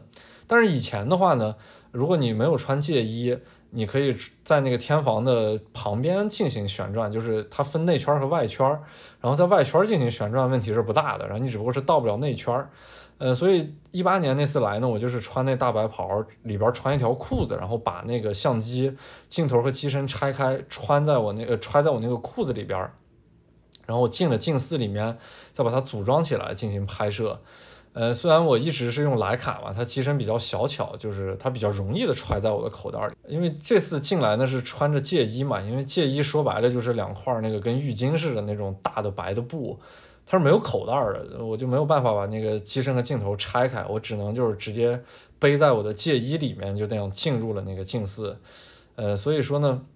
但是以前的话呢，如果你没有穿戒衣，你可以在那个天房的旁边进行旋转，就是它分内圈和外圈，然后在外圈进行旋转问题是不大的，然后你只不过是到不了内圈。所以18年那次来呢，我就是穿那大白袍，里边穿一条裤子，然后把那个相机镜头和机身拆开，揣在我那个裤子里边，然后我进了镜寺里面，再把它组装起来进行拍摄。虽然我一直是用徕卡嘛，它机身比较小巧，就是它比较容易的揣在我的口袋里。因为这次进来呢是穿着戒衣嘛，因为戒衣说白了就是2块那个跟浴巾似的那种大的白的布，它是没有口袋的，我就没有办法把那个机身和镜头拆开，我只能就是直接背在我的戒衣里面，就那样进入了那个镜寺。所以说呢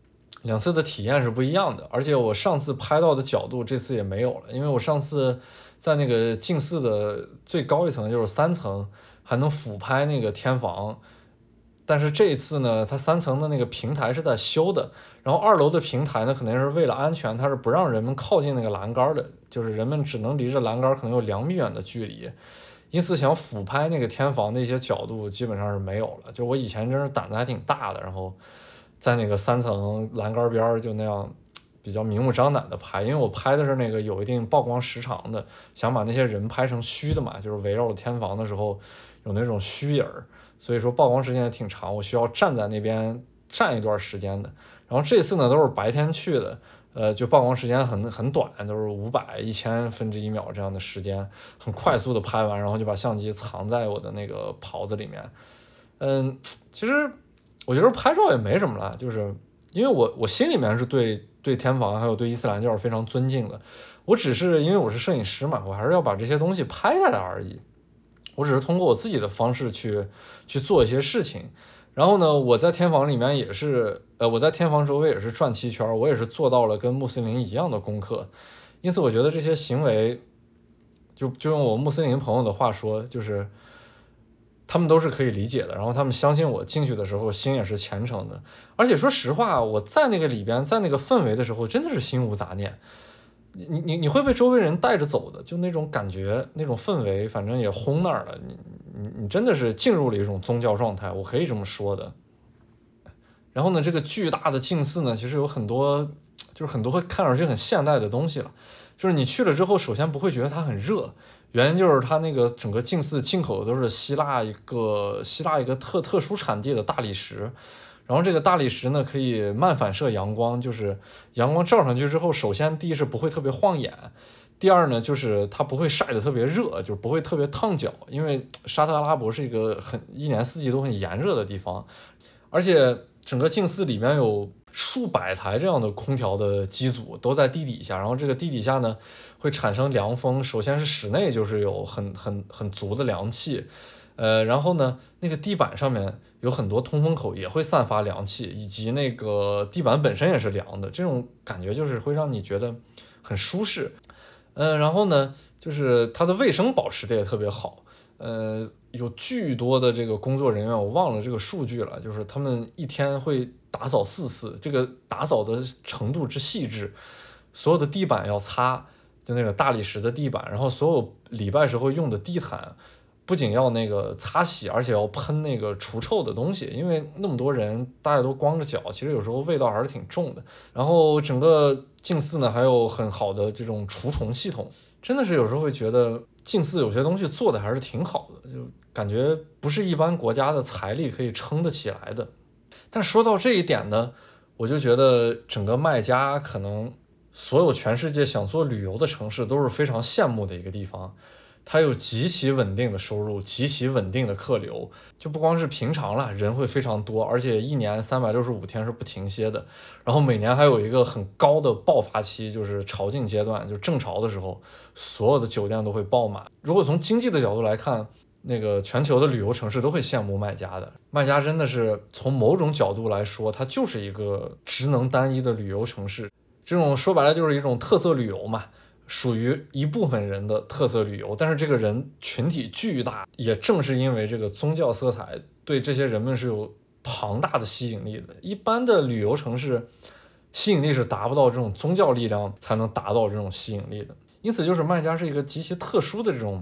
，2次的体验是不一样的，而且我上次拍到的角度这次也没有了，因为我上次在那个镜寺的最高一层就是3层，还能俯拍那个天房。但是这一次呢，它3层的那个平台是在修的，然后2楼的平台呢，肯定是为了安全，它是不让人们靠近那个栏杆的，就是人们只能离着栏杆可能有2米远的距离，因此想俯拍那个天房的一些角度基本上是没有了。就我以前真是胆子还挺大的，然后在那个3层栏杆边就那样比较明目张胆的拍，因为我拍的是那个有一定曝光时长的，想把那些人拍成虚的嘛，就是围绕着天房的时候有那种虚影，所以说曝光时间也挺长，我需要站在那边站一段时间的。然后这次呢都是白天去的，就曝光时间很短，都是500、1000分之一秒这样的时间，很快速的拍完，然后就把相机藏在我的那个袍子里面。其实我觉得拍照也没什么了，就是因为我心里面是对天房还有对伊斯兰教是非常尊敬的，我只是因为我是摄影师嘛，我还是要把这些东西拍下来而已。我只是通过我自己的方式去做一些事情。然后呢，我在天房里面也是，我在天房周围也是转7圈，我也是做到了跟穆斯林一样的功课。因此我觉得这些行为，就用我穆斯林朋友的话说，就是他们都是可以理解的，然后他们相信我进去的时候心也是虔诚的。而且说实话，我在那个里边，在那个氛围的时候，真的是心无杂念。你会被周围人带着走的，就那种感觉，那种氛围，反正也轰那儿了。你真的是进入了一种宗教状态，我可以这么说的。然后呢，这个巨大的镜寺呢，其实有很多，就是很多会看上去很现代的东西了。就是你去了之后，首先不会觉得它很热，原因就是它那个整个镜寺进口的都是希腊一个特殊产地的大理石。然后这个大理石呢，可以慢反射阳光，就是阳光照上去之后，首先第一是不会特别晃眼，第二呢就是它不会晒得特别热，就是不会特别烫脚，因为沙特阿拉伯是一个一年四季都很炎热的地方，而且整个镜寺里面有数百台这样的空调的机组都在地底下，然后这个地底下呢会产生凉风，首先是室内就是有很足的凉气。然后呢，那个地板上面有很多通风口，也会散发凉气，以及那个地板本身也是凉的，这种感觉就是会让你觉得很舒适。然后呢，就是它的卫生保持的也特别好。有巨多的这个工作人员，我忘了这个数据了，就是他们一天会打扫4次，这个打扫的程度之细致，所有的地板要擦，就那个大理石的地板，然后所有礼拜时候用的地毯。不仅要那个擦洗，而且要喷那个除臭的东西，因为那么多人大家都光着脚，其实有时候味道还是挺重的。然后整个镜寺呢还有很好的这种除虫系统，真的是有时候会觉得镜寺有些东西做的还是挺好的，就感觉不是一般国家的财力可以撑得起来的。但说到这一点呢，我就觉得整个麦加可能所有全世界想做旅游的城市都是非常羡慕的一个地方。它有极其稳定的收入，极其稳定的客流，就不光是平常了，人会非常多，而且一年365天是不停歇的。然后每年还有一个很高的爆发期，就是潮境阶段，就正潮的时候，所有的酒店都会爆满。如果从经济的角度来看，那个全球的旅游城市都会羡慕麦加的。麦加真的是从某种角度来说，它就是一个职能单一的旅游城市。这种说白了就是一种特色旅游嘛。属于一部分人的特色旅游，但是这个人群体巨大，也正是因为这个宗教色彩对这些人们是有庞大的吸引力的。一般的旅游城市吸引力是达不到这种宗教力量才能达到这种吸引力的。因此就是麦加是一个极其特殊的这种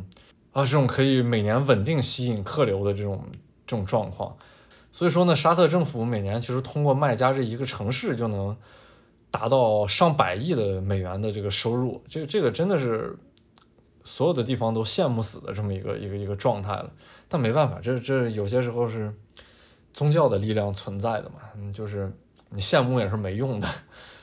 这种可以每年稳定吸引客流的这种状况。所以说呢，沙特政府每年其实通过麦加这一个城市就能达到上百亿的美元的这个收入，这个真的是所有的地方都羡慕死的这么一个状态了。但没办法，这有些时候是宗教的力量存在的嘛，就是你羡慕也是没用的。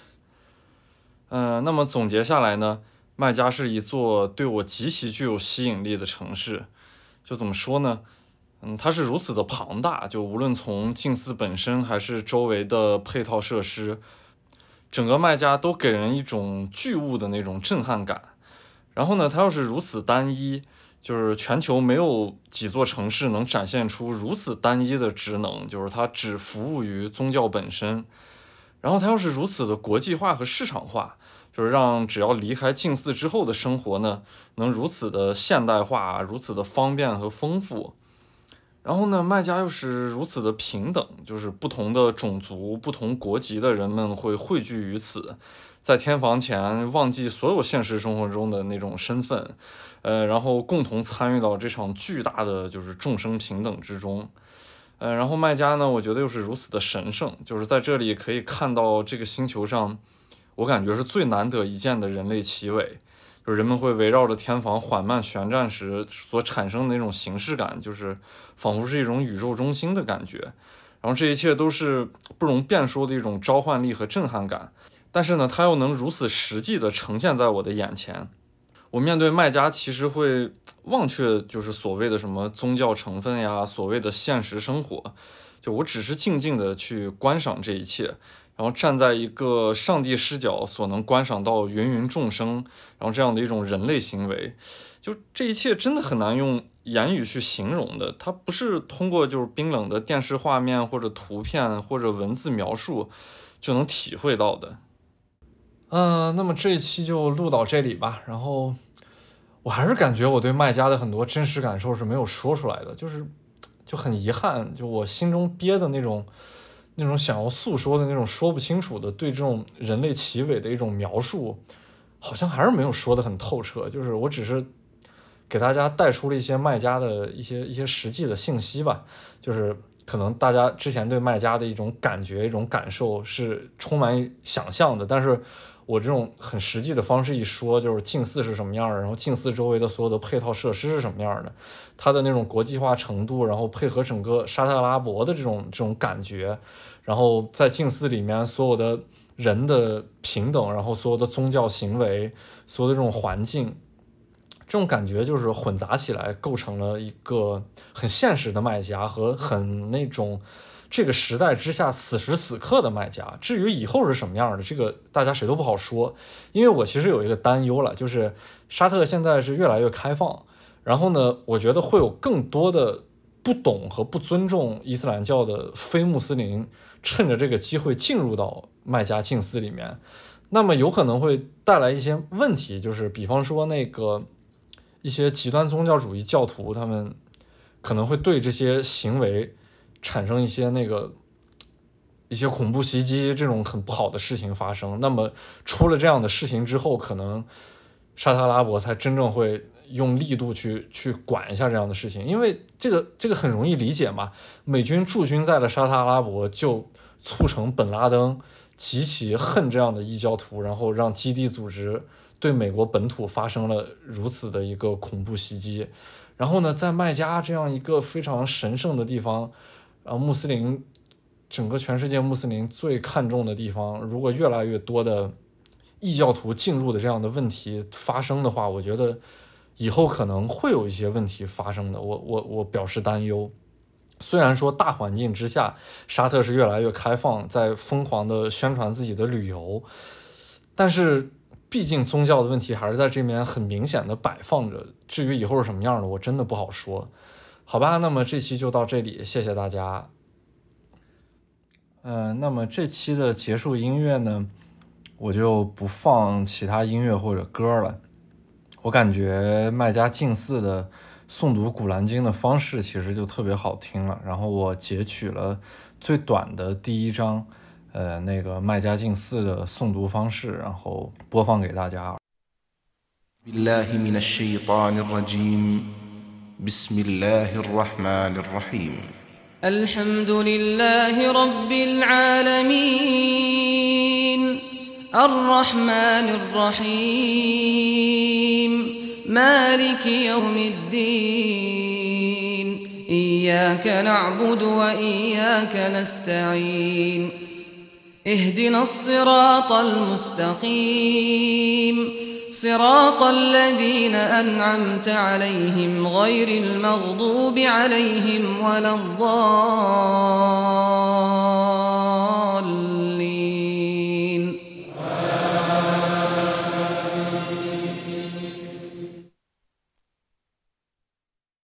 那么总结下来呢，麦加是一座对我极其具有吸引力的城市。就怎么说呢？它是如此的庞大，就无论从静寺本身还是周围的配套设施，整个麦加都给人一种巨物的那种震撼感。然后呢，它又是如此单一，就是全球没有几座城市能展现出如此单一的职能，就是它只服务于宗教本身。然后它又是如此的国际化和市场化，就是让只要离开静寺之后的生活呢，能如此的现代化，如此的方便和丰富。然后呢，麦加又是如此的平等，就是不同的种族、不同国籍的人们会汇聚于此，在天房前忘记所有现实生活中的那种身份，然后共同参与到这场巨大的就是众生平等之中。然后麦加呢，我觉得又是如此的神圣，就是在这里可以看到这个星球上，我感觉是最难得一见的人类奇伟。就是人们会围绕着天房缓慢旋转时所产生的那种形式感，就是仿佛是一种宇宙中心的感觉。然后这一切都是不容辩说的一种召唤力和震撼感，但是呢，它又能如此实际地呈现在我的眼前。我面对麦加其实会忘却就是所谓的什么宗教成分呀，所谓的现实生活，就我只是静静地去观赏这一切，然后站在一个上帝视角所能观赏到芸芸众生，然后这样的一种人类行为，就这一切真的很难用言语去形容的，它不是通过就是冰冷的电视画面或者图片或者文字描述就能体会到的。那么这一期就录到这里吧。然后我还是感觉我对麦加的很多真实感受是没有说出来的，就很遗憾，就我心中憋的那种想要诉说的那种说不清楚的对这种人类奇伟的一种描述，好像还是没有说得很透彻。就是我只是给大家带出了一些麦加的一些实际的信息吧，就是可能大家之前对麦加的一种感觉、一种感受是充满想象的，但是我这种很实际的方式一说，就是静寺是什么样的，然后静寺周围的所有的配套设施是什么样的，它的那种国际化程度，然后配合整个沙特阿拉伯的这种感觉，然后在静寺里面所有的人的平等，然后所有的宗教行为，所有的这种环境，这种感觉就是混杂起来，构成了一个很现实的麦加和很那种这个时代之下此时此刻的麦加。至于以后是什么样的，这个大家谁都不好说。因为我其实有一个担忧了，就是沙特现在是越来越开放，然后呢，我觉得会有更多的不懂和不尊重伊斯兰教的非穆斯林趁着这个机会进入到麦加静寺里面，那么有可能会带来一些问题，就是比方说那个一些极端宗教主义教徒，他们可能会对这些行为产生一些恐怖袭击这种很不好的事情发生。那么出了这样的事情之后，可能沙特阿拉伯才真正会用力度去管一下这样的事情。因为这个很容易理解嘛，美军驻军在了沙特阿拉伯，就促成本拉登极其恨这样的异教徒，然后让基地组织对美国本土发生了如此的一个恐怖袭击。然后呢，在麦加这样一个非常神圣的地方，穆斯林整个全世界穆斯林最看重的地方，如果越来越多的异教徒进入的这样的问题发生的话，我觉得以后可能会有一些问题发生的，我表示担忧。虽然说大环境之下沙特是越来越开放，在疯狂的宣传自己的旅游，但是毕竟宗教的问题还是在这边很明显的摆放着，至于以后是什么样的，我真的不好说。好吧，那么这期就到这里，谢谢大家。那么这期的结束音乐呢，我就不放其他音乐或者歌了。我感觉麦加静寺的诵读古兰经的方式其实就特别好听了，然后我截取了最短的第一章，那个麦加静寺的诵读方式，然后播放给大家。 بالله من الشيطان الرجيم بسم الله الرحمن الرحيم الحمد لله رب العالمين الرحمن الرحيم مالك يوم الدين إياك نعبد وإياك نستعين اهدنا الصراط المستقيم صراط الذين أنعمت عليهم غير المغضوب عليهم ولا الضالين